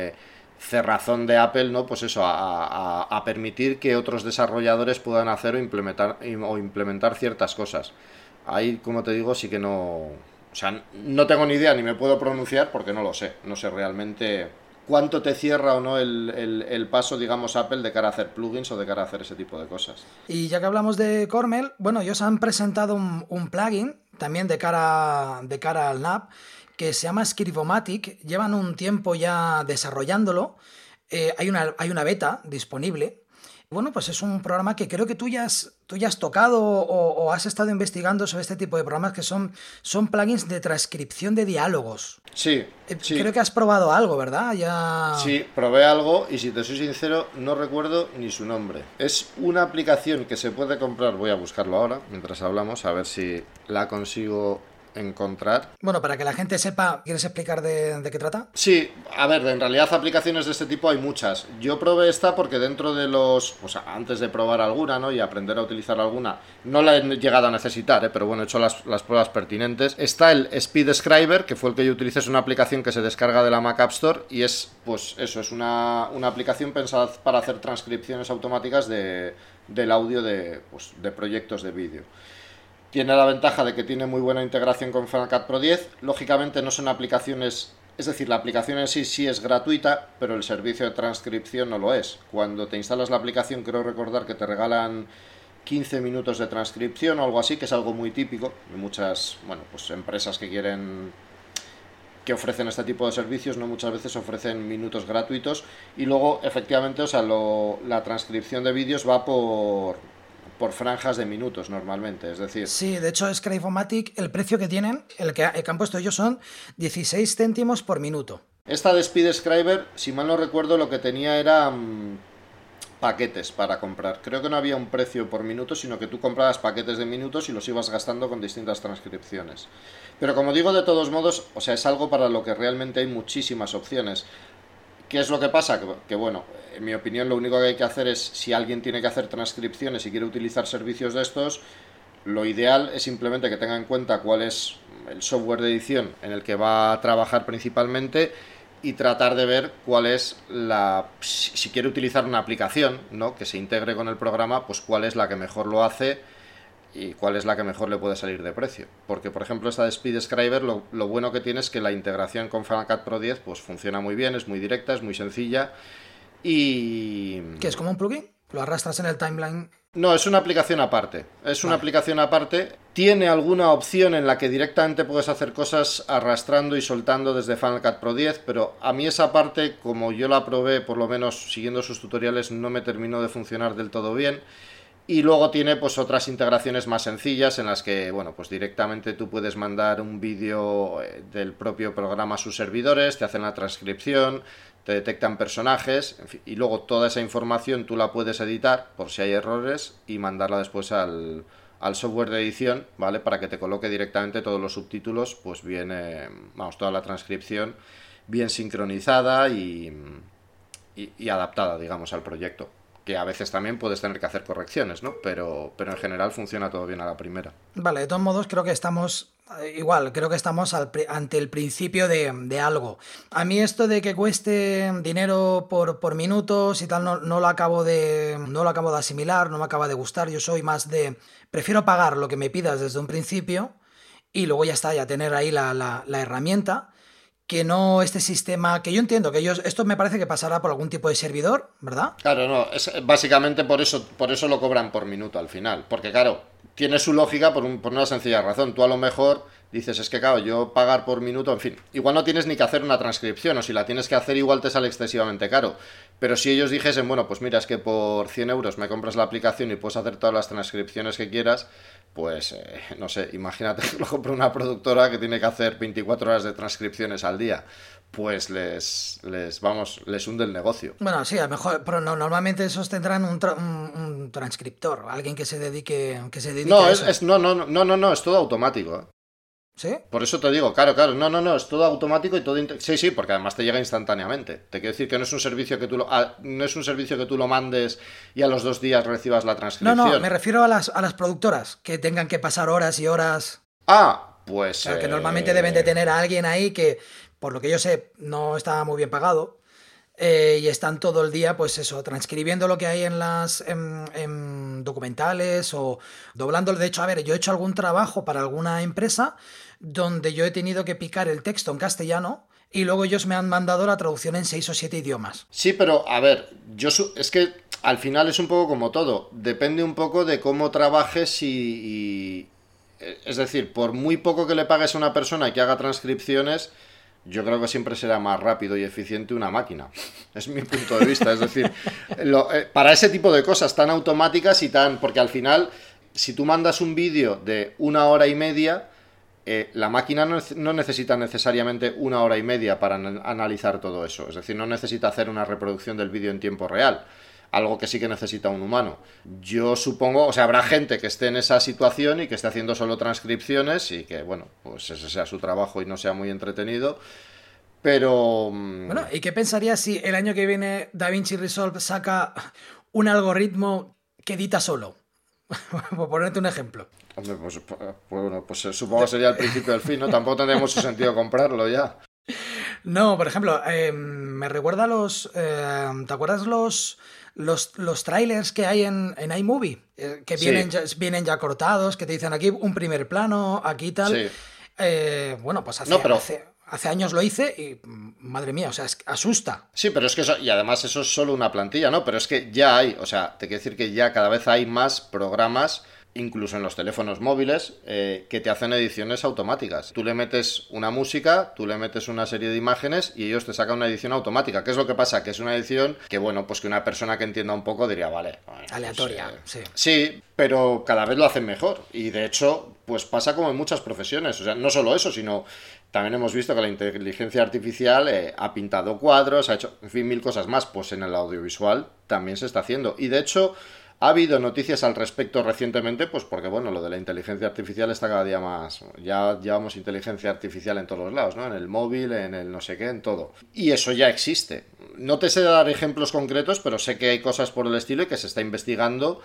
cerrazón de Apple, ¿no? Pues eso, a permitir que otros desarrolladores puedan hacer o implementar ciertas cosas. Ahí, como te digo, sí que no, o sea, no tengo ni idea ni me puedo pronunciar porque no lo sé, no sé realmente cuánto te cierra o no el paso, digamos, Apple de cara a hacer plugins o de cara a hacer ese tipo de cosas. Y ya que hablamos de Cormel, bueno, ellos han presentado un plugin también de cara al NAP que se llama Scrivomatic. Llevan un tiempo ya desarrollándolo. Hay una beta disponible. Bueno, pues es un programa que creo que tú ya has tocado o has estado investigando sobre este tipo de programas que son plugins de transcripción de diálogos. Sí, sí. Creo que has probado algo, ¿verdad? Ya... Sí, probé algo y si te soy sincero no recuerdo ni su nombre. Es una aplicación que se puede comprar, voy a buscarlo ahora mientras hablamos a ver si la consigo encontrar. Bueno, para que la gente sepa, ¿quieres explicar de qué trata? Sí, a ver, en realidad aplicaciones de este tipo hay muchas. Yo probé esta porque dentro de o sea, antes de probar alguna, ¿no? Y aprender a utilizar alguna, no la he llegado a necesitar, pero bueno, he hecho las pruebas pertinentes. Está el Speed Scriber, que fue el que yo utilicé, es una aplicación que se descarga de la Mac App Store y es, pues eso, es una aplicación pensada para hacer transcripciones automáticas del audio de proyectos de vídeo. Tiene la ventaja de que tiene muy buena integración con Final Cut Pro 10. Lógicamente no son aplicaciones, es decir, la aplicación en sí es gratuita, pero el servicio de transcripción no lo es. Cuando te instalas la aplicación, creo recordar que te regalan 15 minutos de transcripción o algo así, que es algo muy típico de muchas, bueno, pues empresas que ofrecen este tipo de servicios, no muchas veces ofrecen minutos gratuitos y luego efectivamente, o sea, la transcripción de vídeos va por franjas de minutos normalmente, es decir... Sí, de hecho Scrivomatic, el precio que tienen, el que han puesto ellos son 16 céntimos por minuto. Esta de Speed Scriber, si mal no recuerdo, lo que tenía era paquetes para comprar. Creo que no había un precio por minuto, sino que tú comprabas paquetes de minutos y los ibas gastando con distintas transcripciones. Pero como digo, de todos modos, o sea, es algo para lo que realmente hay muchísimas opciones. ¿Qué es lo que pasa? Que bueno, en mi opinión lo único que hay que hacer es, si alguien tiene que hacer transcripciones y quiere utilizar servicios de estos, lo ideal es simplemente que tenga en cuenta cuál es el software de edición en el que va a trabajar principalmente y tratar de ver cuál es si quiere utilizar una aplicación, ¿no?, que se integre con el programa, pues cuál es la que mejor lo hace y cuál es la que mejor le puede salir de precio. Porque, por ejemplo, esta de SpeedScriber, lo bueno que tiene es que la integración con Final Cut Pro 10 pues funciona muy bien, es muy directa, es muy sencilla y... ¿Qué es como un plugin? ¿Lo arrastras en el timeline? No, es una aplicación aparte. Es una aplicación aparte. Tiene alguna opción en la que directamente puedes hacer cosas arrastrando y soltando desde Final Cut Pro 10, pero a mí esa parte, como yo la probé, por lo menos siguiendo sus tutoriales, no me terminó de funcionar del todo bien. Y luego tiene pues otras integraciones más sencillas en las que, bueno, pues directamente tú puedes mandar un vídeo del propio programa a sus servidores, te hacen la transcripción, te detectan personajes, en fin, y luego toda esa información tú la puedes editar por si hay errores y mandarla después al software de edición, ¿vale? Para que te coloque directamente todos los subtítulos, pues bien, toda la transcripción bien sincronizada y adaptada, digamos, al proyecto. Que a veces también puedes tener que hacer correcciones, ¿no? Pero en general funciona todo bien a la primera. Vale, de todos modos creo que estamos creo que estamos ante el principio de algo. A mí esto de que cueste dinero por minutos y tal no lo acabo de asimilar, no me acaba de gustar. Yo soy más de prefiero pagar lo que me pidas desde un principio y luego ya está, ya tener ahí la herramienta. Que no este sistema, que yo entiendo que esto me parece que pasará por algún tipo de servidor, ¿verdad? Claro, no, es básicamente por eso lo cobran por minuto al final, porque claro, tiene su lógica por una sencilla razón. Tú a lo mejor dices, es que claro, yo pagar por minuto, en fin, igual no tienes ni que hacer una transcripción, o si la tienes que hacer igual te sale excesivamente caro, pero si ellos dijesen, bueno, pues mira, es que por 100 euros me compras la aplicación y puedes hacer todas las transcripciones que quieras, pues, no sé, imagínate que lo compra una productora que tiene que hacer 24 horas de transcripciones al día, pues les hunde el negocio. Bueno, sí, a lo mejor, pero normalmente esos tendrán un transcriptor, alguien que se dedique a eso. No, es todo automático, ¿eh? ¿Sí? Por eso te digo, claro, no, es todo automático y todo... Sí, porque además te llega instantáneamente. Te quiero decir que no es un servicio que tú lo mandes y a los 2 días recibas la transcripción. No, me refiero a las productoras, que tengan que pasar horas y horas... Pues... O sea, que normalmente deben de tener a alguien ahí que, por lo que yo sé, no está muy bien pagado. Y están todo el día, pues eso, transcribiendo lo que hay en documentales o doblándolo. De hecho, a ver, yo he hecho algún trabajo para alguna empresa donde yo he tenido que picar el texto en castellano y luego ellos me han mandado la traducción en 6 o 7 idiomas. Sí, pero a ver, es que al final es un poco como todo. Depende un poco de cómo trabajes y... Es decir, por muy poco que le pagues a una persona que haga transcripciones... Yo creo que siempre será más rápido y eficiente una máquina. Es mi punto de vista. Es decir, para ese tipo de cosas tan automáticas y tan... Porque al final, si tú mandas un vídeo de 1 hora y media, la máquina no necesita necesariamente 1 hora y media para analizar todo eso. Es decir, no necesita hacer una reproducción del vídeo en tiempo real. Algo que sí que necesita un humano. Yo supongo, o sea, habrá gente que esté en esa situación y que esté haciendo solo transcripciones y que, bueno, pues ese sea su trabajo y no sea muy entretenido, pero... Bueno, ¿y qué pensarías si el año que viene DaVinci Resolve saca un algoritmo que edita solo? Por ponerte un ejemplo. Hombre, pues supongo que sería el principio del fin, ¿no? Tampoco tendría mucho sentido comprarlo ya. No, por ejemplo, me recuerda a ¿te acuerdas los trailers que hay en iMovie? Que vienen ya cortados, que te dicen aquí un primer plano, aquí tal. Sí. Bueno, pues hace años lo hice y, madre mía, o sea, asusta. Sí, pero es que eso, y además eso es solo una plantilla, ¿no? Pero es que ya hay, o sea, te quiero decir que ya cada vez hay más programas, incluso en los teléfonos móviles, que te hacen ediciones automáticas. Tú le metes una música, tú le metes una serie de imágenes y ellos te sacan una edición automática. ¿Qué es lo que pasa? Que es una edición que, bueno, pues que una persona que entienda un poco diría, vale... Bueno, aleatoria, sí. Sí, pero cada vez lo hacen mejor. Y de hecho, pues pasa como en muchas profesiones. O sea, no solo eso, sino... También hemos visto que la inteligencia artificial ha pintado cuadros, ha hecho, en fin, 1000 cosas más. Pues en el audiovisual también se está haciendo. Y de hecho... Ha habido noticias al respecto recientemente, pues porque, bueno, lo de la inteligencia artificial está cada día más... Ya llevamos inteligencia artificial en todos los lados, ¿no? En el móvil, en el no sé qué, en todo. Y eso ya existe. No te sé dar ejemplos concretos, pero sé que hay cosas por el estilo y que se está investigando.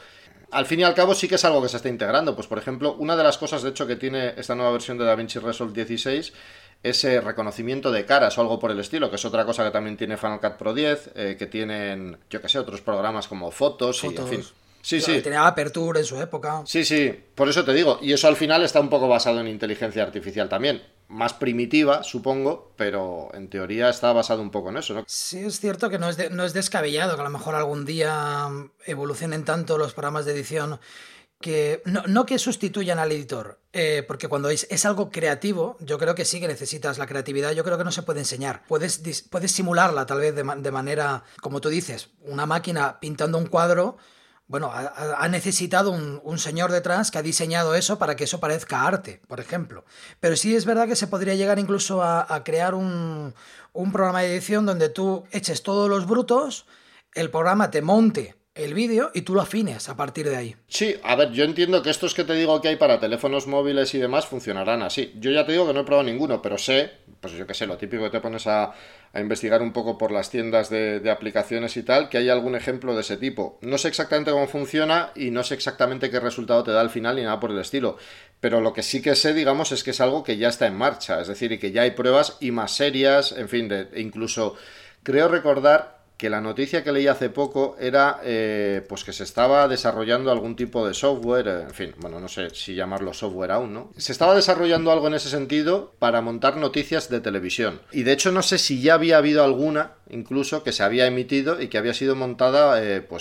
al fin y al cabo sí que es algo que se está integrando. Pues por ejemplo, una de las cosas de hecho que tiene esta nueva versión de DaVinci Resolve 16 es reconocimiento de caras o algo por el estilo, que es otra cosa que también tiene Final Cut Pro 10, que tienen, yo que sé, otros programas como fotos. Y en fin. Sí, sí. Tenía Aperture en su época. Sí, sí, por eso te digo. Y eso al final está un poco basado en inteligencia artificial también. Más primitiva, supongo, pero en teoría está basado un poco en eso, ¿no? Sí, es cierto que no es descabellado que a lo mejor algún día evolucionen tanto los programas de edición que no que sustituyan al editor, porque cuando es algo creativo, yo creo que sí que necesitas la creatividad, yo creo que no se puede enseñar. Puedes simularla tal vez de manera, como tú dices, una máquina pintando un cuadro. Bueno, ha necesitado un señor detrás que ha diseñado eso para que eso parezca arte, por ejemplo. Pero sí es verdad que se podría llegar incluso a crear un programa de edición donde tú eches todos los brutos, el programa te monte el vídeo y tú lo afines a partir de ahí. Sí, a ver, yo entiendo que estos que te digo que hay para teléfonos móviles y demás funcionarán así. Yo ya te digo que no he probado ninguno, pero sé, pues yo qué sé, lo típico que te pones a investigar un poco por las tiendas de aplicaciones y tal, que hay algún ejemplo de ese tipo. No sé exactamente cómo funciona y no sé exactamente qué resultado te da al final ni nada por el estilo. Pero lo que sí que sé, digamos, es que es algo que ya está en marcha. Es decir, y que ya hay pruebas y más serias, en fin, incluso creo recordar que la noticia que leí hace poco era pues que se estaba desarrollando algún tipo de software, en fin, bueno, no sé si llamarlo software aún, ¿no? Se estaba desarrollando algo en ese sentido para montar noticias de televisión. Y de hecho no sé si ya había habido alguna, incluso, que se había emitido y que había sido montada,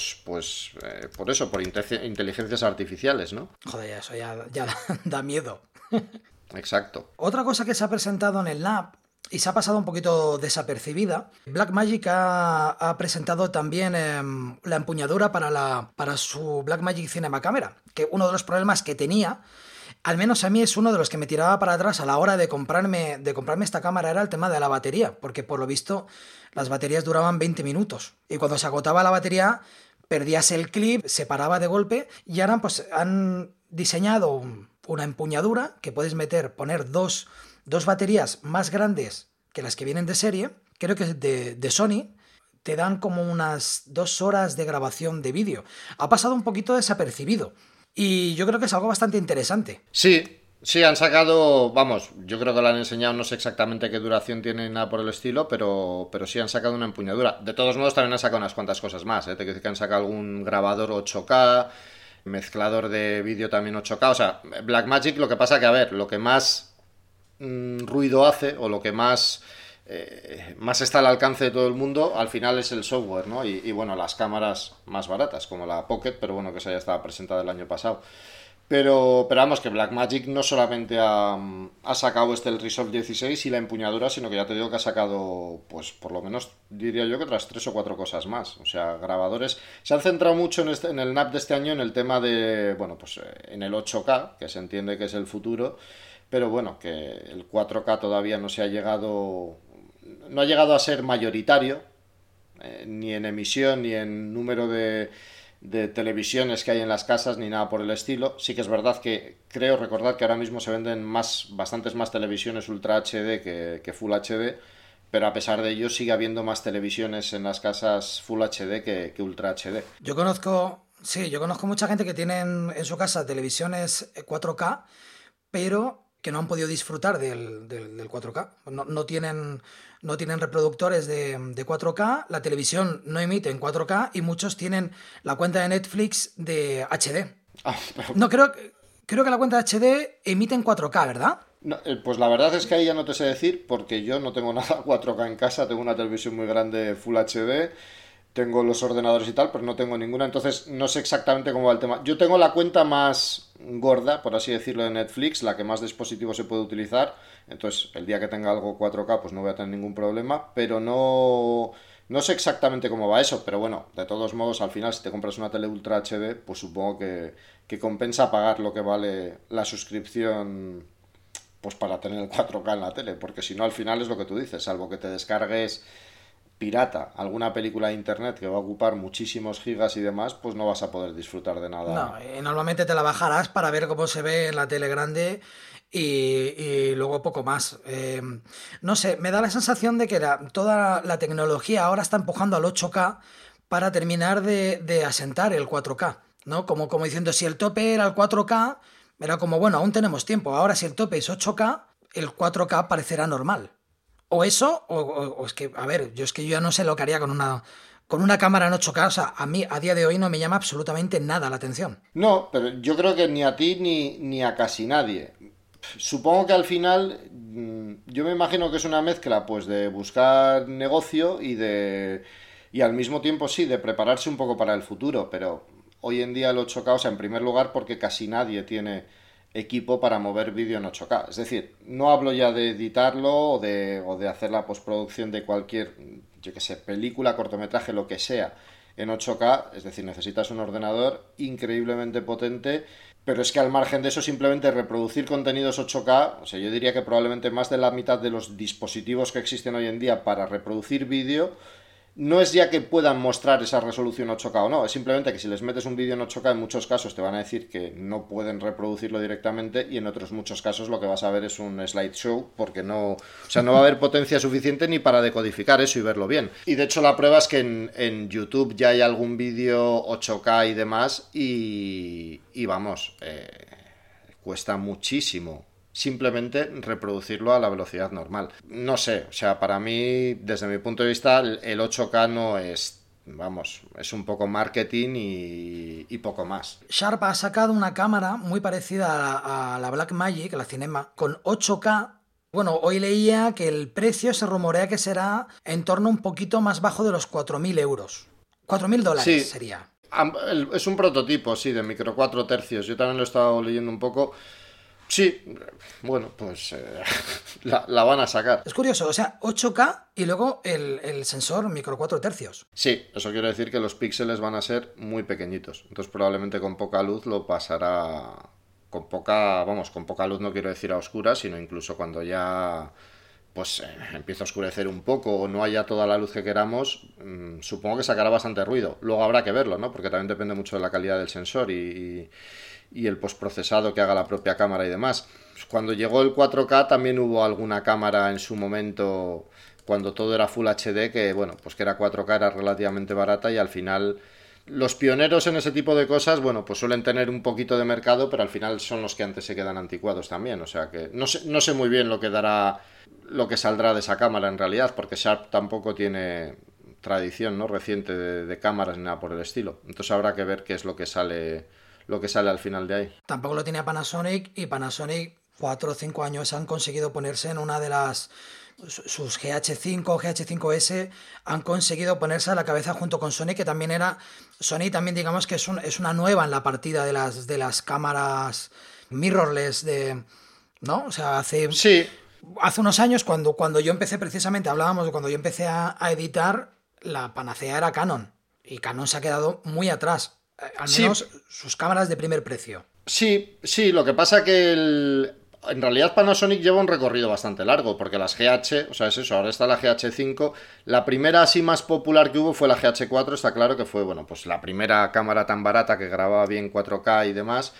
por eso, por inteligencias artificiales, ¿no? Joder, eso ya da miedo. Exacto. Otra cosa que se ha presentado en el NAB y se ha pasado un poquito desapercibida. Blackmagic ha presentado también la empuñadura para su Blackmagic Cinema Camera, que uno de los problemas que tenía, al menos a mí es uno de los que me tiraba para atrás a la hora de comprarme esta cámara, era el tema de la batería, porque por lo visto las baterías duraban 20 minutos y cuando se agotaba la batería perdías el clip, se paraba de golpe y ahora pues han diseñado una empuñadura que puedes poner dos baterías más grandes que las que vienen de serie, creo que es de Sony, te dan como unas 2 horas de grabación de vídeo. Ha pasado un poquito desapercibido y yo creo que es algo bastante interesante. Sí, han sacado, vamos, yo creo que lo han enseñado, no sé exactamente qué duración tiene nada por el estilo, pero sí han sacado una empuñadura. De todos modos también han sacado unas cuantas cosas más, Te quiero decir que han sacado algún grabador 8K, mezclador de vídeo también 8K, o sea, Blackmagic, lo que pasa que, a ver, lo que más ruido hace o lo que más está al alcance de todo el mundo al final es el software, ¿no? Y bueno, las cámaras más baratas como la Pocket, pero bueno, que esa ya estaba presentada el año pasado, pero vamos, que Blackmagic no solamente ha sacado el Resolve 16 y la empuñadura, sino que ya te digo que ha sacado, pues por lo menos diría yo que otras 3 o 4 cosas más. O sea, grabadores. Se han centrado mucho en el NAB de este año en el tema de, bueno, pues en el 8K, que se entiende que es el futuro. Pero bueno, que el 4K todavía no ha llegado a ser mayoritario, ni en emisión, ni en número de televisiones que hay en las casas, ni nada por el estilo. Sí que es verdad que creo recordar que ahora mismo se venden bastantes más televisiones Ultra HD que Full HD, pero a pesar de ello sigue habiendo más televisiones en las casas Full HD que Ultra HD. Yo conozco mucha gente que tiene en su casa televisiones 4K, pero que no han podido disfrutar del 4K. No tienen reproductores de 4K, la televisión no emite en 4K y muchos tienen la cuenta de Netflix de HD. No, creo que la cuenta de HD emite en 4K, ¿verdad? No, pues la verdad es que ahí ya no te sé decir, porque yo no tengo nada 4K en casa, tengo una televisión muy grande Full HD, tengo los ordenadores y tal, pero no tengo ninguna, entonces no sé exactamente cómo va el tema. Yo tengo la cuenta más gorda, por así decirlo, de Netflix, la que más dispositivos se puede utilizar, entonces el día que tenga algo 4K pues no voy a tener ningún problema, pero no sé exactamente cómo va eso, pero bueno, de todos modos, al final si te compras una tele Ultra HD, pues supongo que compensa pagar lo que vale la suscripción, pues para tener el 4K en la tele, porque si no al final es lo que tú dices, salvo que te descargues pirata alguna película de internet que va a ocupar muchísimos gigas y demás, pues no vas a poder disfrutar de nada. No, normalmente te la bajarás para ver cómo se ve en la tele grande y luego poco más. No sé, me da la sensación de que toda la tecnología ahora está empujando al 8K para terminar de asentar el 4K. ¿no? Como diciendo, si el tope era el 4K, era como, bueno, aún tenemos tiempo. Ahora, si el tope es 8K, el 4K parecerá normal. O eso, o es que, a ver, yo ya no sé lo que haría con una cámara en 8K. O sea, a mí, a día de hoy, no me llama absolutamente nada la atención. No, pero yo creo que ni a ti ni a casi nadie. Supongo que al final, yo me imagino que es una mezcla, pues, de buscar negocio y al mismo tiempo sí, de prepararse un poco para el futuro, pero hoy en día el 8K, o sea, en primer lugar porque casi nadie tiene equipo para mover vídeo en 8K. Es decir, no hablo ya de editarlo o de hacer la postproducción de cualquier, yo que sé, película, cortometraje, lo que sea, en 8K. Es decir, necesitas un ordenador increíblemente potente, pero es que al margen de eso, simplemente reproducir contenidos 8K, o sea, yo diría que probablemente más de la mitad de los dispositivos que existen hoy en día para reproducir vídeo no es ya que puedan mostrar esa resolución 8K o no, es simplemente que si les metes un vídeo en 8K en muchos casos te van a decir que no pueden reproducirlo directamente y en otros muchos casos lo que vas a ver es un slideshow porque no, o sea, no va a haber potencia suficiente ni para decodificar eso y verlo bien. Y de hecho la prueba es que en YouTube ya hay algún vídeo 8K y demás y vamos, cuesta muchísimo simplemente reproducirlo a la velocidad normal. No sé, o sea, para mí, desde mi punto de vista, el 8K no es, vamos, es un poco marketing y poco más. Sharp ha sacado una cámara muy parecida a la Blackmagic, a la Cinema, con 8K. Bueno, hoy leía que el precio se rumorea que será en torno un poquito más bajo de los 4.000 euros. $4.000 Sí, sería. es un prototipo, sí, de micro 4 tercios. Yo también lo he estado leyendo un poco. Sí, bueno, pues la van a sacar. Es curioso, o sea, 8K y luego el sensor micro 4 tercios. Sí, eso quiere decir que los píxeles van a ser muy pequeñitos. Entonces probablemente con poca luz lo pasará. Con poca, vamos, con poca luz no quiero decir a oscuras, sino incluso cuando ya pues empieza a oscurecer un poco o no haya toda la luz que queramos, supongo que sacará bastante ruido. Luego habrá que verlo, ¿no? Porque también depende mucho de la calidad del sensor y el postprocesado que haga la propia cámara y demás. Cuando llegó el 4K también hubo alguna cámara en su momento, cuando todo era Full HD, que bueno, pues que era 4K, era relativamente barata y al final los pioneros en ese tipo de cosas, bueno, pues suelen tener un poquito de mercado, pero al final son los que antes se quedan anticuados también. O sea que no sé muy bien lo que dará, lo que saldrá de esa cámara en realidad, porque Sharp tampoco tiene tradición, ¿no?, reciente de cámaras ni nada por el estilo. Entonces habrá que ver qué es lo que sale al final de ahí. Tampoco lo tenía Panasonic y Panasonic 4 o 5 años han conseguido ponerse en una de sus GH5 o GH5S han conseguido ponerse a la cabeza junto con Sony, que también Sony también digamos que es una nueva en la partida de las cámaras mirrorless ¿no? O sea, Sí, hace unos años cuando yo empecé precisamente, hablábamos de cuando yo empecé a editar, la panacea era Canon y Canon se ha quedado muy atrás, al sí, menos sus cámaras de primer precio. sí, sí, lo que pasa que en realidad Panasonic lleva un recorrido bastante largo, porque las GH, o sea, es eso, ahora está la GH5, la primera así más popular que hubo fue la GH4, está claro que fue, bueno, pues la primera cámara tan barata que grababa bien 4K y demás,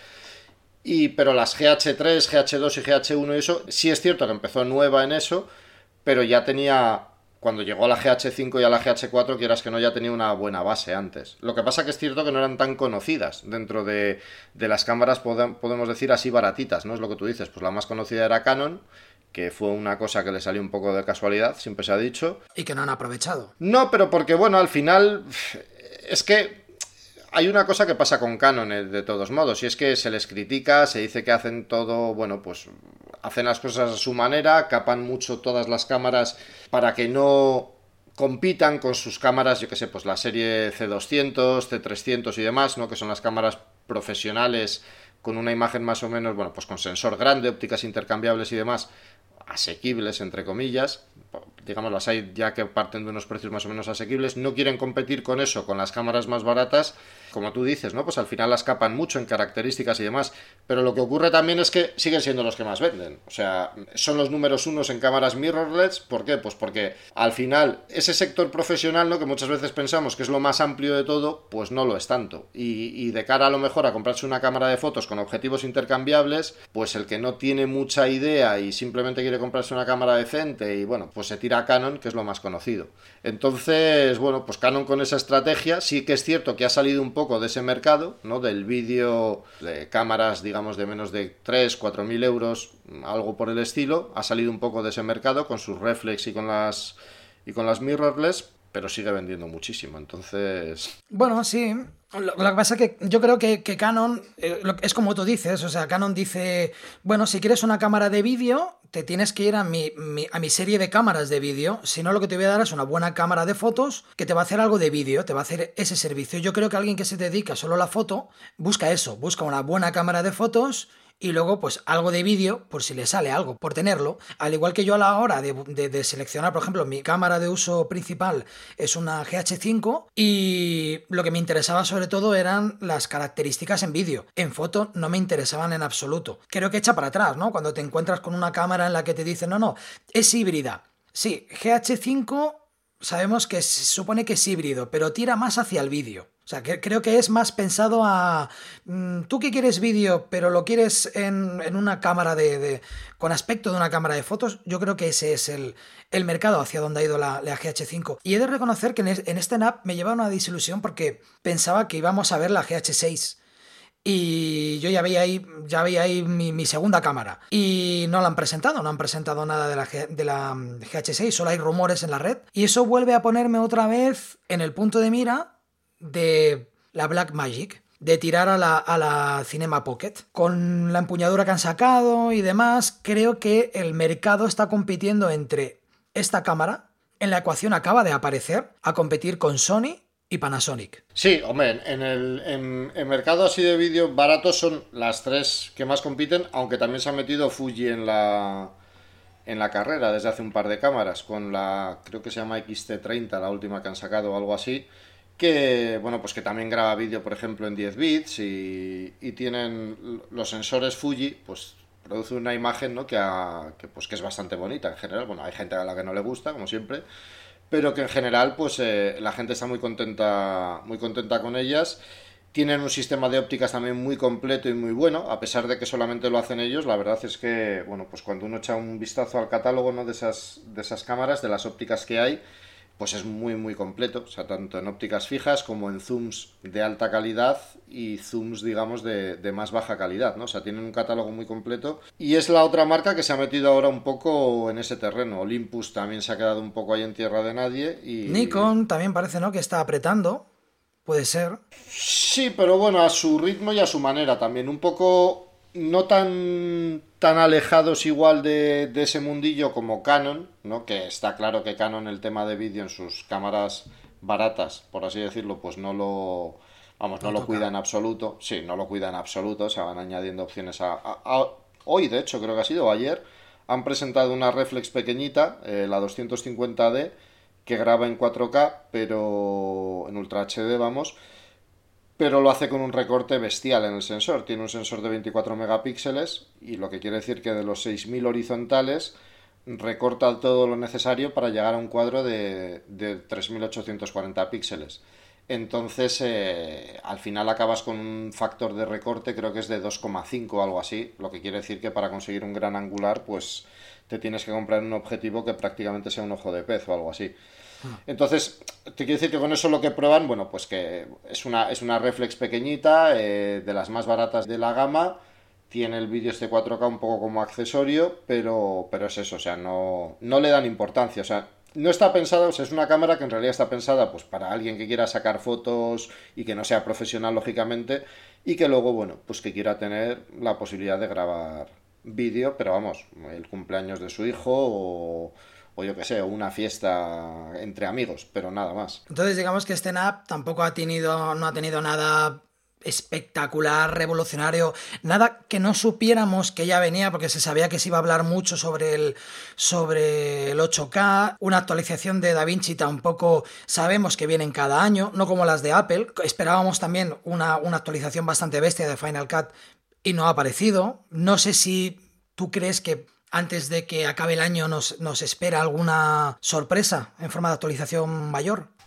pero las GH3, GH2 y GH1 y eso, sí es cierto que empezó nueva en eso, pero ya tenía, cuando llegó a la GH5 y a la GH4, quieras que no, ya tenía una buena base antes. Lo que pasa que es cierto que no eran tan conocidas dentro de las cámaras, podemos decir así baratitas, ¿no? Es lo que tú dices, pues la más conocida era Canon, que fue una cosa que le salió un poco de casualidad, siempre se ha dicho. Y que no han aprovechado. No, pero porque, bueno, al final es que hay una cosa que pasa con Canon de todos modos, y es que se les critica, se dice que hacen todo, bueno, pues hacen las cosas a su manera, capan mucho todas las cámaras para que no compitan con sus cámaras, yo que sé, pues la serie C200, C300 y demás, ¿no? Que son las cámaras profesionales con una imagen más o menos, bueno, pues con sensor grande, ópticas intercambiables y demás, asequibles, entre comillas, digamos, las hay ya que parten de unos precios más o menos asequibles, no quieren competir con eso, con las cámaras más baratas, como tú dices, ¿no? Pues al final las capan mucho en características y demás, pero lo que ocurre también es que siguen siendo los que más venden, o sea, son los números unos en cámaras mirrorless. ¿Por qué? Pues porque al final ese sector profesional, ¿no?, que muchas veces pensamos que es lo más amplio de todo, pues no lo es tanto, y de cara a lo mejor a comprarse una cámara de fotos con objetivos intercambiables, pues el que no tiene mucha idea y simplemente quiere comprarse una cámara decente y bueno, pues se tira a Canon, que es lo más conocido. Entonces, bueno, pues Canon con esa estrategia sí que es cierto que ha salido un poco poco de ese mercado, ¿no? Del vídeo de cámaras, digamos, de menos de 3.000-4.000 euros, algo por el estilo. Ha salido un poco de ese mercado con sus reflex y con las mirrorless, pero sigue vendiendo muchísimo, entonces... Bueno, sí. Lo que pasa es que yo creo que Canon, es como tú dices, o sea, Canon dice, bueno, si quieres una cámara de vídeo, te tienes que ir a mi serie de cámaras de vídeo, si no lo que te voy a dar es una buena cámara de fotos que te va a hacer algo de vídeo, te va a hacer ese servicio. Yo creo que alguien que se dedica solo a la foto, busca eso, busca una buena cámara de fotos y luego pues algo de vídeo por si le sale algo, por tenerlo. Al igual que yo a la hora de seleccionar, por ejemplo, mi cámara de uso principal es una GH5 y lo que me interesaba sobre todo eran las características en vídeo. En foto no me interesaban en absoluto. Creo que echa para atrás, ¿no? Cuando te encuentras con una cámara en la que te dicen, no, es híbrida. Sí, GH5 sabemos que se supone que es híbrido, pero tira más hacia el vídeo. O sea, creo que es más pensado a... Tú que quieres vídeo, pero lo quieres en una cámara con aspecto de una cámara de fotos, yo creo que ese es el mercado hacia donde ha ido la GH5. Y he de reconocer que en este NAP me lleva una desilusión porque pensaba que íbamos a ver la GH6. Y yo ya veía ahí mi segunda cámara. Y no la han presentado, no han presentado nada de la GH6, solo hay rumores en la red. Y eso vuelve a ponerme otra vez en el punto de mira de la Blackmagic, de tirar a la Cinema Pocket. Con la empuñadura que han sacado y demás, creo que el mercado está compitiendo entre esta cámara, en la ecuación acaba de aparecer, a competir con Sony y Panasonic. Sí, hombre, en el mercado así de vídeo baratos son las tres que más compiten, aunque también se ha metido Fuji en la carrera desde hace un par de cámaras, con la, creo que se llama XT30, la última que han sacado o algo así, que, bueno, pues que también graba vídeo, por ejemplo, en 10 bits y tienen los sensores Fuji, pues produce una imagen, ¿no? que es bastante bonita en general. Bueno, hay gente a la que no le gusta, como siempre, pero que en general pues la gente está muy contenta con ellas. Tienen un sistema de ópticas también muy completo y muy bueno, a pesar de que solamente lo hacen ellos. La verdad es que, bueno, pues cuando uno echa un vistazo al catálogo, ¿no? de esas cámaras, de las ópticas que hay, pues es muy muy completo, o sea, tanto en ópticas fijas como en zooms de alta calidad y zooms, digamos, de más baja calidad, ¿no? O sea, tienen un catálogo muy completo y es la otra marca que se ha metido ahora un poco en ese terreno. Olympus también se ha quedado un poco ahí en tierra de nadie y... Nikon también parece, ¿no?, que está apretando, puede ser. Sí, pero bueno, a su ritmo y a su manera también, un poco no tan alejados igual de ese mundillo como Canon, ¿no? Que está claro que Canon el tema de vídeo en sus cámaras baratas, por así decirlo, pues no lo cuida en absoluto. Sí, no lo cuida en absoluto, se van añadiendo opciones hoy, de hecho, creo que ha sido ayer, han presentado una reflex pequeñita, la 250D, que graba en 4K, pero en Ultra HD, vamos, pero lo hace con un recorte bestial en el sensor. Tiene un sensor de 24 megapíxeles y lo que quiere decir que de los 6000 horizontales recorta todo lo necesario para llegar a un cuadro de 3840 píxeles. Entonces, al final acabas con un factor de recorte, creo que es de 2,5 o algo así, lo que quiere decir que para conseguir un gran angular, pues te tienes que comprar un objetivo que prácticamente sea un ojo de pez o algo así. Entonces, te quiero decir que con eso lo que prueban, bueno, pues que es una reflex pequeñita, de las más baratas de la gama, tiene el vídeo este 4K un poco como accesorio, pero es eso, o sea, no le dan importancia, o sea, no está pensada, o sea, es una cámara que en realidad está pensada pues para alguien que quiera sacar fotos y que no sea profesional, lógicamente, y que luego, bueno, pues que quiera tener la posibilidad de grabar vídeo, pero vamos, el cumpleaños de su hijo o yo que sé, una fiesta entre amigos, pero nada más. Entonces digamos que este NAP tampoco no ha tenido nada espectacular, revolucionario, nada que no supiéramos que ya venía, porque se sabía que se iba a hablar mucho sobre el 8K, una actualización de DaVinci tampoco sabemos que vienen cada año, no como las de Apple. Esperábamos también una actualización bastante bestia de Final Cut y no ha aparecido. No sé si tú crees que antes de que acabe el año nos espera alguna sorpresa en forma de actualización mayor.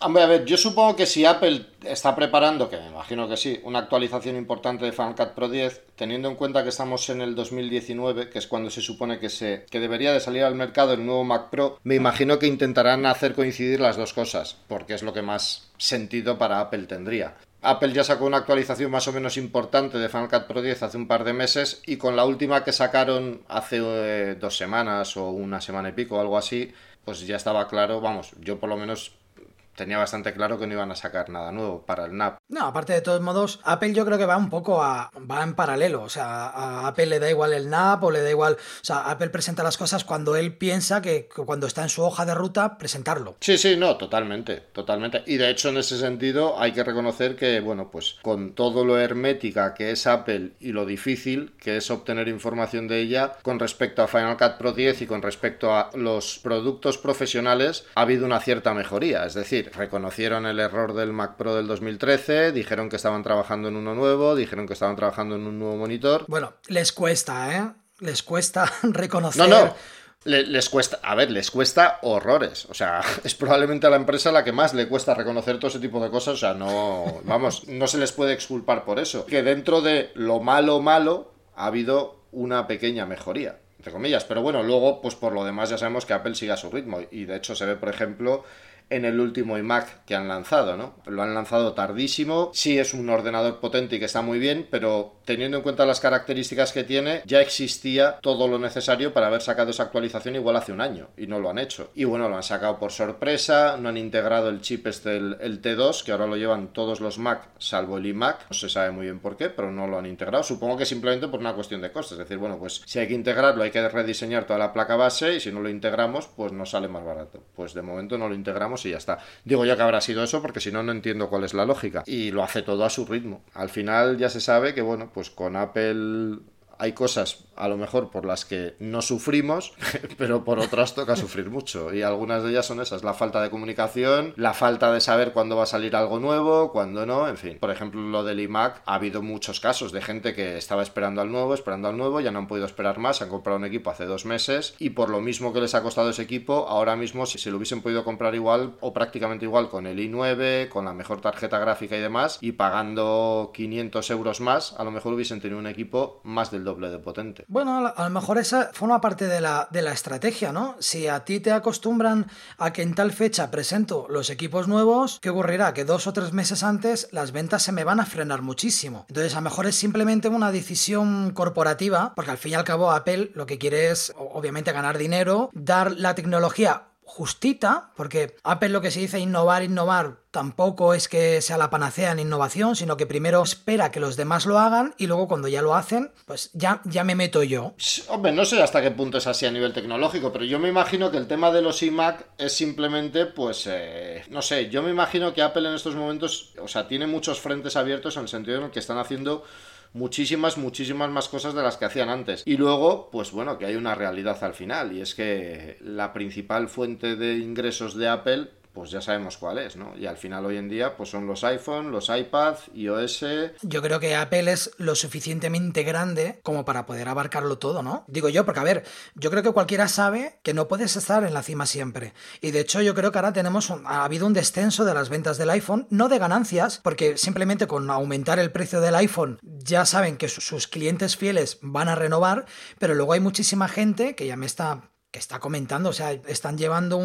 Hombre, a ver, yo supongo que si Apple está preparando, que me imagino que sí, una actualización importante de Final Cut Pro 10, teniendo en cuenta que estamos en el 2019, que es cuando se supone que debería de salir al mercado el nuevo Mac Pro, me imagino que intentarán hacer coincidir las dos cosas, porque es lo que más sentido para Apple tendría. Apple ya sacó una actualización más o menos importante de Final Cut Pro 10 hace un par de meses, y con la última que sacaron hace 2 semanas o una semana y pico o algo así, pues ya estaba claro, vamos, yo por lo menos tenía bastante claro que no iban a sacar nada nuevo para el NAP. No, aparte de todos modos, Apple yo creo que va un poco va en paralelo. O sea, a Apple le da igual el NAP o le da igual. O sea, Apple presenta las cosas cuando él piensa que cuando está en su hoja de ruta, presentarlo. Sí, sí, no, totalmente, totalmente. Y de hecho, en ese sentido, hay que reconocer que, bueno, pues con todo lo hermética que es Apple y lo difícil que es obtener información de ella, con respecto a Final Cut Pro 10 y con respecto a los productos profesionales, ha habido una cierta mejoría. Es decir, reconocieron el error del Mac Pro del 2013, dijeron que estaban trabajando en uno nuevo, dijeron que estaban trabajando en un nuevo monitor. Bueno, les cuesta, ¿eh? Les cuesta reconocer... No. Les cuesta, a ver, les cuesta horrores. O sea, es probablemente a la empresa la que más le cuesta reconocer todo ese tipo de cosas. O sea, no, vamos, no se les puede exculpar por eso. Que dentro de lo malo, ha habido una pequeña mejoría, entre comillas. Pero bueno, luego, pues por lo demás ya sabemos que Apple sigue a su ritmo. Y de hecho se ve, por ejemplo, en el último iMac que han lanzado, ¿no? Lo han lanzado tardísimo, sí es un ordenador potente y que está muy bien, pero teniendo en cuenta las características que tiene, ya existía todo lo necesario para haber sacado esa actualización igual hace un año, y no lo han hecho. Y bueno, lo han sacado por sorpresa, no han integrado el chip el T2, que ahora lo llevan todos los Mac, salvo el iMac, no se sabe muy bien por qué, pero no lo han integrado, supongo que simplemente por una cuestión de costes, es decir, bueno, pues si hay que integrarlo, hay que rediseñar toda la placa base, y si no lo integramos, pues nos sale más barato. Pues de momento no lo integramos y ya está. Digo yo que habrá sido eso porque si no, no entiendo cuál es la lógica. Y lo hace todo a su ritmo. Al final ya se sabe que, bueno, pues con Apple hay cosas a lo mejor por las que no sufrimos, pero por otras toca sufrir mucho. Y algunas de ellas son esas: la falta de comunicación, la falta de saber cuándo va a salir algo nuevo, cuándo no, en fin. Por ejemplo, lo del iMac, ha habido muchos casos de gente que estaba esperando al nuevo, ya no han podido esperar más, han comprado un equipo hace 2 meses y por lo mismo que les ha costado ese equipo, ahora mismo si se lo hubiesen podido comprar igual o prácticamente igual con el i9, con la mejor tarjeta gráfica y demás, y pagando 500 euros más, a lo mejor hubiesen tenido un equipo más del doble de potente. Bueno, a lo mejor esa forma parte de la estrategia, ¿no? Si a ti te acostumbran a que en tal fecha presento los equipos nuevos, ¿qué ocurrirá? Que 2 o 3 meses antes las ventas se me van a frenar muchísimo. Entonces, a lo mejor es simplemente una decisión corporativa, porque al fin y al cabo Apple lo que quiere es, obviamente, ganar dinero, dar la tecnología justita, porque Apple lo que se dice innovar, tampoco es que sea la panacea en innovación, sino que primero espera que los demás lo hagan y luego cuando ya lo hacen, pues ya me meto yo. Hombre, no sé hasta qué punto es así a nivel tecnológico, pero yo me imagino que el tema de los iMac es simplemente, pues, no sé, yo me imagino que Apple en estos momentos, o sea, tiene muchos frentes abiertos en el sentido en el que están haciendo muchísimas más cosas de las que hacían antes. Y luego, pues bueno, que hay una realidad al final, y es que la principal fuente de ingresos de Apple, pues ya sabemos cuál es, ¿no? Y al final hoy en día pues son los iPhone, los iPad, iOS... Yo creo que Apple es lo suficientemente grande como para poder abarcarlo todo, ¿no? Digo yo, porque a ver, yo creo que cualquiera sabe que no puedes estar en la cima siempre. Y de hecho yo creo que ahora ha habido un descenso de las ventas del iPhone, no de ganancias, porque simplemente con aumentar el precio del iPhone ya saben que sus clientes fieles van a renovar, pero luego hay muchísima gente que ya que está comentando, o sea, están llevando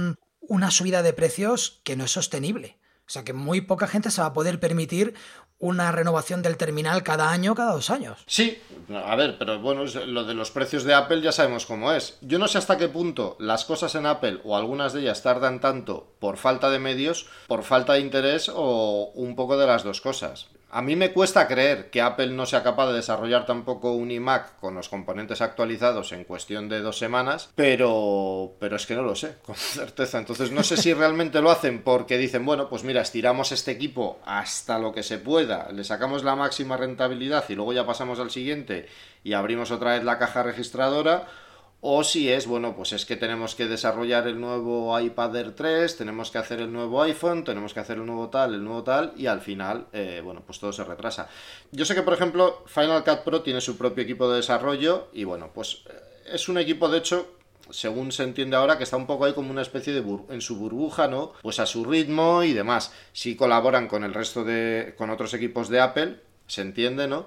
una subida de precios que no es sostenible. O sea que muy poca gente se va a poder permitir una renovación del terminal cada año, cada 2 años. Sí, a ver, pero bueno, lo de los precios de Apple ya sabemos cómo es. Yo no sé hasta qué punto las cosas en Apple o algunas de ellas tardan tanto por falta de medios, por falta de interés o un poco de las dos cosas. A mí me cuesta creer que Apple no sea capaz de desarrollar tampoco un iMac con los componentes actualizados en cuestión de 2 semanas, pero es que no lo sé, con certeza. Entonces no sé si realmente lo hacen porque dicen, bueno, pues mira, estiramos este equipo hasta lo que se pueda, le sacamos la máxima rentabilidad y luego ya pasamos al siguiente y abrimos otra vez la caja registradora. O si es, bueno, pues es que tenemos que desarrollar el nuevo iPad Air 3, tenemos que hacer el nuevo iPhone, tenemos que hacer el nuevo tal, y al final, bueno, pues todo se retrasa. Yo sé que, por ejemplo, Final Cut Pro tiene su propio equipo de desarrollo y, bueno, pues es un equipo, de hecho, según se entiende ahora, que está un poco ahí como una especie de en su burbuja, ¿no? Pues a su ritmo y demás. Sí colaboran con el resto con otros equipos de Apple, se entiende, ¿no?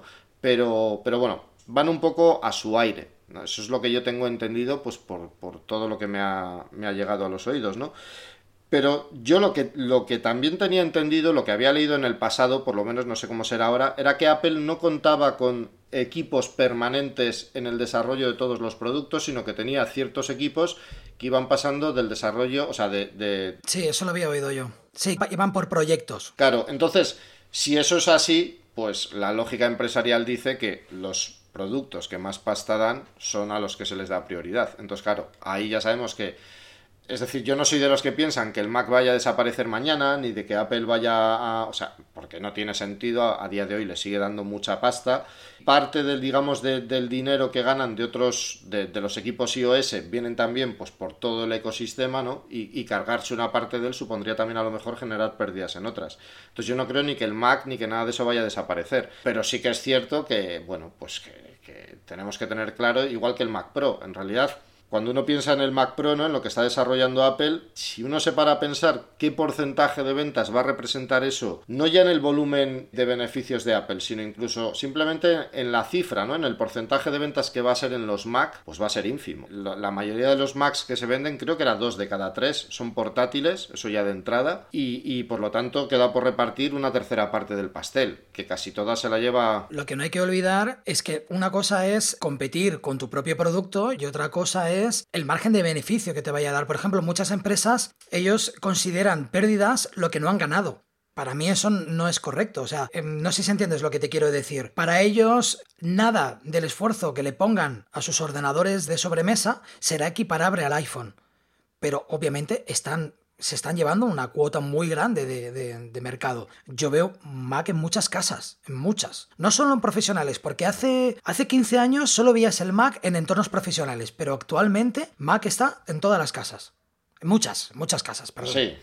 Pero bueno, van un poco a su aire, ¿no? Eso es lo que yo tengo entendido, pues por todo lo que me ha llegado a los oídos, ¿no? Pero yo lo que también tenía entendido, lo que había leído en el pasado, por lo menos no sé cómo será ahora, era que Apple no contaba con equipos permanentes en el desarrollo de todos los productos, sino que tenía ciertos equipos que iban pasando del desarrollo, o sea, Sí, eso lo había oído yo. Sí, iban por proyectos. Claro, entonces, si eso es así, pues la lógica empresarial dice que los productos que más pasta dan son a los que se les da prioridad. Entonces, claro, ahí ya sabemos que, es decir, yo no soy de los que piensan que el Mac vaya a desaparecer mañana, ni de que Apple vaya a... O sea, porque no tiene sentido, a día de hoy le sigue dando mucha pasta. Parte del, digamos, del dinero que ganan de otros, de los equipos iOS, vienen también pues por todo el ecosistema, ¿no? Y cargarse una parte de él supondría también a lo mejor generar pérdidas en otras. Entonces yo no creo ni que el Mac ni que nada de eso vaya a desaparecer. Pero sí que es cierto que, bueno, pues que tenemos que tener claro, igual que el Mac Pro, en realidad... Cuando uno piensa en el Mac Pro, ¿no? En lo que está desarrollando Apple, si uno se para a pensar qué porcentaje de ventas va a representar eso, no ya en el volumen de beneficios de Apple, sino incluso simplemente en la cifra, ¿no? En el porcentaje de ventas que va a ser en los Mac, pues va a ser ínfimo. La mayoría de los Macs que se venden, creo que era 2 de cada 3, son portátiles, eso ya de entrada, y por lo tanto queda por repartir una tercera parte del pastel, que casi toda se la lleva... Lo que no hay que olvidar es que una cosa es competir con tu propio producto y otra cosa es el margen de beneficio que te vaya a dar. Por ejemplo, muchas empresas, ellos consideran pérdidas lo que no han ganado. Para mí eso no es correcto. O sea, no sé si entiendes lo que te quiero decir. Para ellos, nada del esfuerzo que le pongan a sus ordenadores de sobremesa será equiparable al iPhone. Pero obviamente se están llevando una cuota muy grande de mercado. Yo veo Mac en muchas casas, en muchas. No solo en profesionales, porque hace 15 años solo veías el Mac en entornos profesionales, pero actualmente Mac está en todas las casas. En muchas casas, perdón. Sí.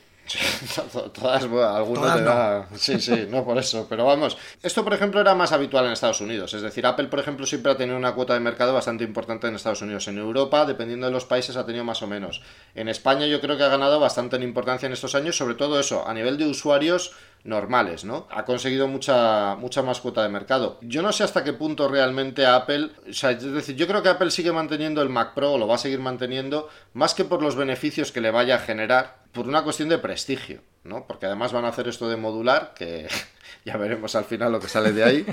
Todas, bueno, alguno todas te no. da... Sí, no por eso. Pero vamos, esto por ejemplo era más habitual en Estados Unidos. Es decir, Apple por ejemplo siempre ha tenido una cuota de mercado bastante importante en Estados Unidos. En Europa, dependiendo de los países, ha tenido más o menos. En España yo creo que ha ganado bastante en importancia en estos años, sobre todo eso, a nivel de usuarios normales, ¿no? Ha conseguido mucha más cuota de mercado. Yo no sé hasta qué punto realmente Apple, o sea, es decir, yo creo que Apple sigue manteniendo el Mac Pro, o lo va a seguir manteniendo, más que por los beneficios que le vaya a generar, por una cuestión de prestigio, ¿no? Porque además van a hacer esto de modular, que ya veremos al final lo que sale de ahí.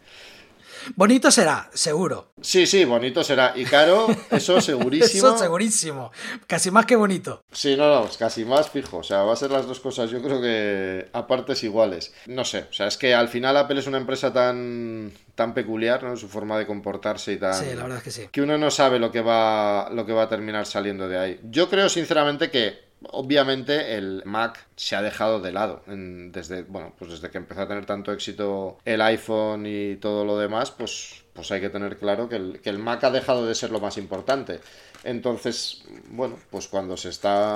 Bonito será, seguro. Sí, bonito será. Y caro, eso segurísimo. Eso segurísimo. Casi más que bonito. Sí, no, es casi más fijo. O sea, va a ser las dos cosas, yo creo que a partes iguales. No sé, o sea, es que al final Apple es una empresa tan peculiar, ¿no? En su forma de comportarse y tan... Sí, la verdad es que sí. Que uno no sabe lo que va a terminar saliendo de ahí. Yo creo sinceramente que obviamente el Mac se ha dejado de lado desde que empezó a tener tanto éxito el iPhone y todo lo demás, pues hay que tener claro que el Mac ha dejado de ser lo más importante. Entonces, bueno, pues cuando se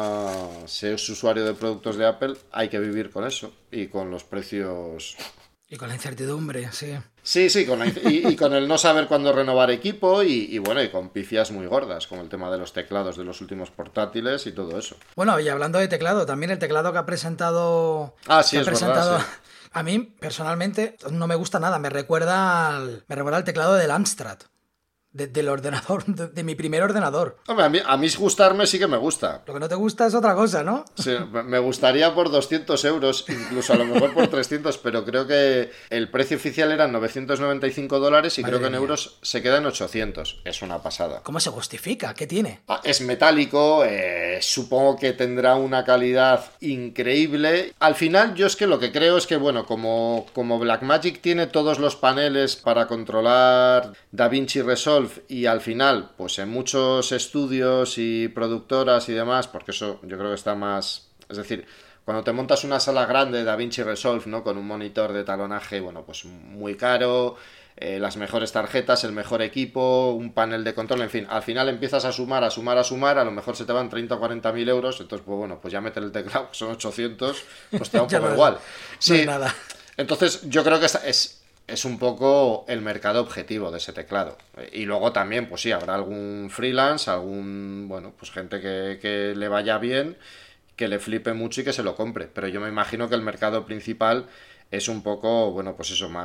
es usuario de productos de Apple, hay que vivir con eso y con los precios. Y con la incertidumbre, sí. Sí, y con el no saber cuándo renovar equipo y bueno, y con pifias muy gordas, como el tema de los teclados de los últimos portátiles y todo eso. Bueno, y hablando de teclado, también el teclado que ha presentado... Ah, sí, es verdad, sí. A mí, personalmente, no me gusta nada. Me recuerda al teclado del Amstrad. Del ordenador, de mi primer ordenador. Hombre, a mí gustarme sí que me gusta. Lo que no te gusta es otra cosa, ¿no? Sí, me gustaría por 200 euros, incluso a lo mejor por 300, pero creo que el precio oficial eran $995 y Madre creo que en mía. euros se queda en 800. Es una pasada. ¿Cómo se justifica? ¿Qué tiene? Es metálico, supongo que tendrá una calidad increíble. Al final yo es que lo que creo es que, bueno, como Blackmagic tiene todos los paneles para controlar DaVinci Resolve y al final, pues en muchos estudios y productoras y demás, porque eso yo creo que está más... Es decir, cuando te montas una sala grande de DaVinci Resolve, ¿no? Con un monitor de talonaje, bueno, pues muy caro... las mejores tarjetas, el mejor equipo, un panel de control, en fin, al final empiezas a sumar, a lo mejor se te van 30 o 40 mil euros, entonces pues bueno, pues ya meter el teclado, que son 800, pues te da un Ya poco no es- igual. No Sí, es nada. entonces yo creo que es un poco el mercado objetivo de ese teclado. Y luego también, pues sí, habrá algún freelance, bueno, pues gente que le vaya bien, que le flipe mucho y que se lo compre. Pero yo me imagino que el mercado principal es un poco, bueno, pues eso,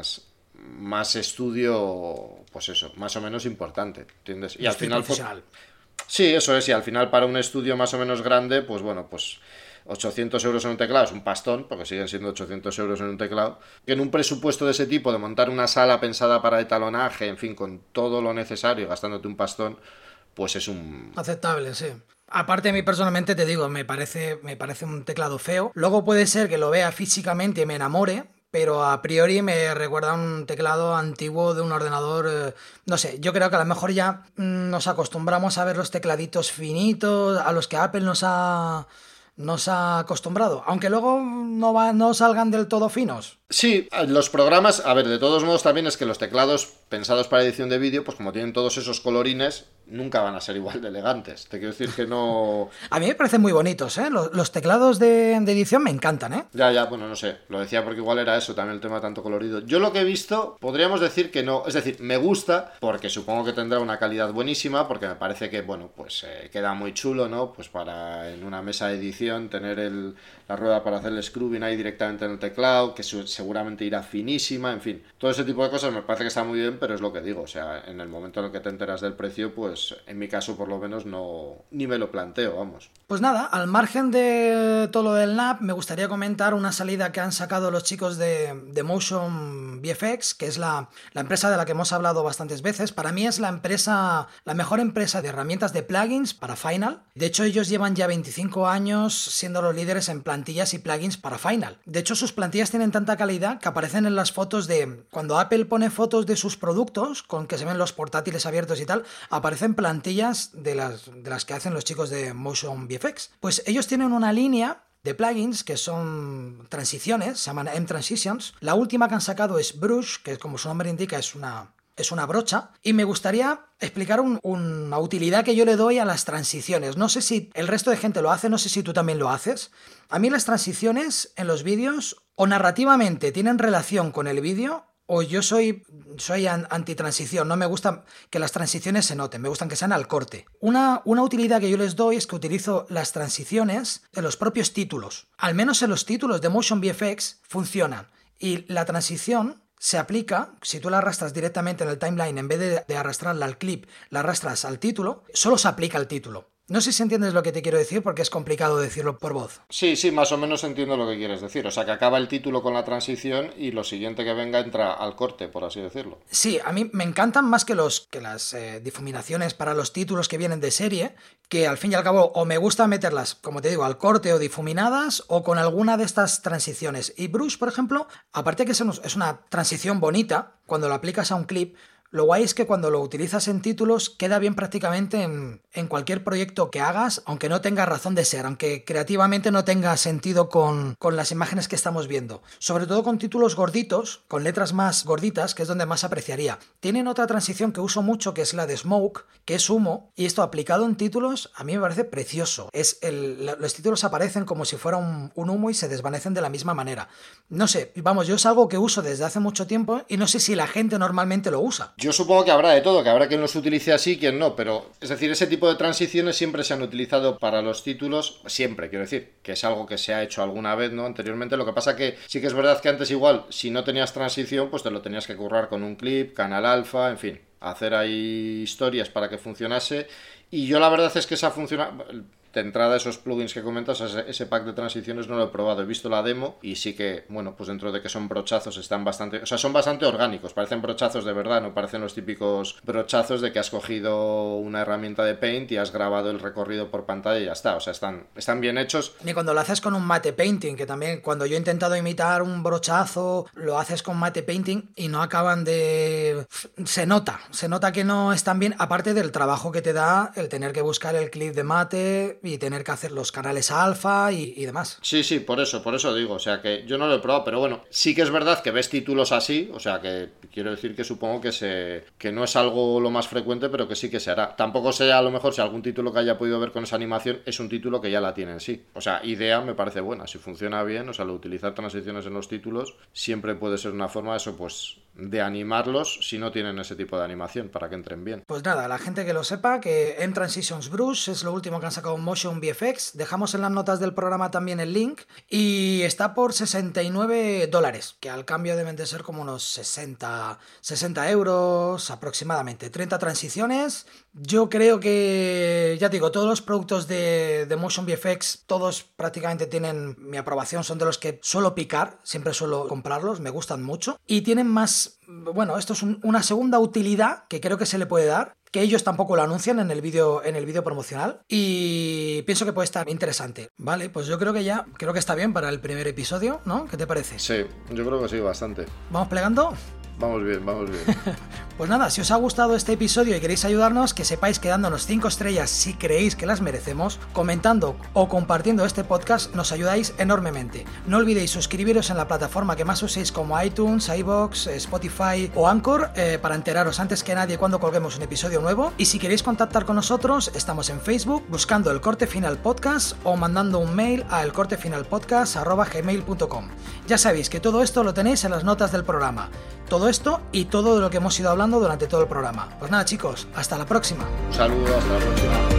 más estudio, pues eso, más o menos importante, ¿entiendes? Y al final, pues, sí, eso es, y al final para un estudio más o menos grande, pues bueno, pues 800 euros en un teclado es un pastón, porque siguen siendo 800 euros en un teclado, que en un presupuesto de ese tipo, de montar una sala pensada para etalonaje, en fin, con todo lo necesario, gastándote un pastón, pues es un... Aceptable, sí. Aparte, a mí personalmente te digo, me parece un teclado feo. Luego puede ser que lo vea físicamente y me enamore, pero a priori me recuerda a un teclado antiguo de un ordenador. No sé, yo creo que a lo mejor ya nos acostumbramos a ver los tecladitos finitos, a los que Apple nos ha acostumbrado, aunque luego no salgan del todo finos. Sí, los programas, a ver, de todos modos también es que los teclados pensados para edición de vídeo, pues como tienen todos esos colorines, nunca van a ser igual de elegantes. Te quiero decir que no... A mí me parecen muy bonitos, ¿eh? Los teclados de edición me encantan, ¿eh? Ya, bueno, no sé. Lo decía porque igual era eso, también el tema tanto colorido. Yo lo que he visto, podríamos decir que no. Es decir, me gusta, porque supongo que tendrá una calidad buenísima, porque me parece que, bueno, pues queda muy chulo, ¿no? Pues para en una mesa de edición tener la rueda para hacer el scrubbing ahí directamente en el teclado, que seguramente irá finísima, en fin. Todo ese tipo de cosas me parece que está muy bien, pero es lo que digo. O sea, en el momento en el que te enteras del precio, pues en mi caso por lo menos no ni me lo planteo, vamos. Pues nada, al margen de todo lo del NAP, me gustaría comentar una salida que han sacado los chicos de Motion VFX, que es la empresa de la que hemos hablado bastantes veces. Para mí es la mejor empresa de herramientas de plugins para Final. De hecho, ellos llevan ya 25 años siendo los líderes en plantillas y plugins para Final. De hecho, sus plantillas tienen tanta calidad que aparecen en las fotos de... Cuando Apple pone fotos de sus productos, con que se ven los portátiles abiertos y tal, aparecen plantillas de las que hacen los chicos de Motion VFX. Pues ellos tienen una línea de plugins que son transiciones, se llaman M-Transitions. La última que han sacado es Brush, que como su nombre indica es una brocha, y me gustaría explicar una utilidad que yo le doy a las transiciones. No sé si el resto de gente lo hace, no sé si tú también lo haces. A mí las transiciones en los vídeos o narrativamente tienen relación con el vídeo o yo soy antitransición, no me gusta que las transiciones se noten, me gustan que sean al corte. Una utilidad que yo les doy es que utilizo las transiciones en los propios títulos. Al menos en los títulos de Motion VFX funcionan. Y la transición se aplica, si tú la arrastras directamente en el timeline, en vez de arrastrarla al clip, la arrastras al título, solo se aplica al título. No sé si entiendes lo que te quiero decir porque es complicado decirlo por voz. Sí, más o menos entiendo lo que quieres decir. O sea, que acaba el título con la transición y lo siguiente que venga entra al corte, por así decirlo. Sí, a mí me encantan más que las difuminaciones para los títulos que vienen de serie, que al fin y al cabo o me gusta meterlas, como te digo, al corte o difuminadas o con alguna de estas transiciones. Y Brush, por ejemplo, aparte que es una transición bonita, cuando la aplicas a un clip, lo guay es que cuando lo utilizas en títulos queda bien prácticamente en cualquier proyecto que hagas, aunque no tenga razón de ser, aunque creativamente no tenga sentido con las imágenes que estamos viendo. Sobre todo con títulos gorditos, con letras más gorditas, que es donde más apreciaría. Tienen otra transición que uso mucho, que es la de Smoke, que es humo, y esto aplicado en títulos a mí me parece precioso. Los títulos aparecen como si fuera un humo y se desvanecen de la misma manera. No sé, vamos, yo es algo que uso desde hace mucho tiempo y no sé si la gente normalmente lo usa. Yo supongo que habrá de todo, que habrá quien los utilice así y quien no, pero es decir, ese tipo de transiciones siempre se han utilizado para los títulos, siempre, quiero decir, que es algo que se ha hecho alguna vez, ¿no? Anteriormente, lo que pasa que sí que es verdad que antes igual, si no tenías transición, pues te lo tenías que currar con un clip, canal alfa, en fin, hacer ahí historias para que funcionase, y yo la verdad es que esa funciona... De entrada, esos plugins que comentas, ese pack de transiciones no lo he probado. He visto la demo y sí que, bueno, pues dentro de que son brochazos están bastante... O sea, son bastante orgánicos. Parecen brochazos de verdad, no parecen los típicos brochazos de que has cogido una herramienta de Paint y has grabado el recorrido por pantalla y ya está. O sea, están bien hechos. Ni cuando lo haces con un matte painting, que también cuando yo he intentado imitar un brochazo, lo haces con matte painting y no acaban de... Se nota que no están bien, aparte del trabajo que te da el tener que buscar el clip de mate... PC y tener que hacer los canales alfa y demás. Sí, por eso digo, o sea que yo no lo he probado, pero bueno, sí que es verdad que ves títulos así, o sea que quiero decir que supongo que no es algo lo más frecuente, pero que sí que se hará. Tampoco sé a lo mejor si algún título que haya podido ver con esa animación es un título que ya la tiene en sí. O sea, idea me parece buena, si funciona bien, o sea, lo utilizar transiciones en los títulos siempre puede ser una forma de eso, pues de animarlos si no tienen ese tipo de animación para que entren bien. Pues nada, la gente que lo sepa, que M-Transitions Brush es lo último que han sacado en Motion VFX. Dejamos en las notas del programa también el link y está por $69, que al cambio deben de ser como unos 60 euros aproximadamente. 30 transiciones. Yo creo que, ya te digo, todos los productos de Motion VFX, todos prácticamente tienen mi aprobación, son de los que suelo picar, siempre suelo comprarlos, me gustan mucho y tienen más, bueno, esto es una segunda utilidad que creo que se le puede dar, que ellos tampoco lo anuncian en el vídeo promocional y pienso que puede estar interesante. Vale, pues yo creo que está bien para el primer episodio, ¿no? ¿Qué te parece? Sí, yo creo que sí, bastante. ¿Vamos plegando? Vamos bien. Pues nada, si os ha gustado este episodio y queréis ayudarnos, que sepáis que dándonos 5 estrellas si creéis que las merecemos, comentando o compartiendo este podcast nos ayudáis enormemente. No olvidéis suscribiros en la plataforma que más uséis como iTunes, iVoox, Spotify o Anchor para enteraros antes que nadie cuando colguemos un episodio nuevo. Y si queréis contactar con nosotros, estamos en Facebook buscando El Corte Final Podcast o mandando un mail a elcortefinalpodcast@gmail.com. Ya sabéis que todo esto lo tenéis en las notas del programa. Todo esto y todo de lo que hemos ido hablando durante todo el programa. Pues nada, chicos, hasta la próxima. Un saludo, hasta la próxima.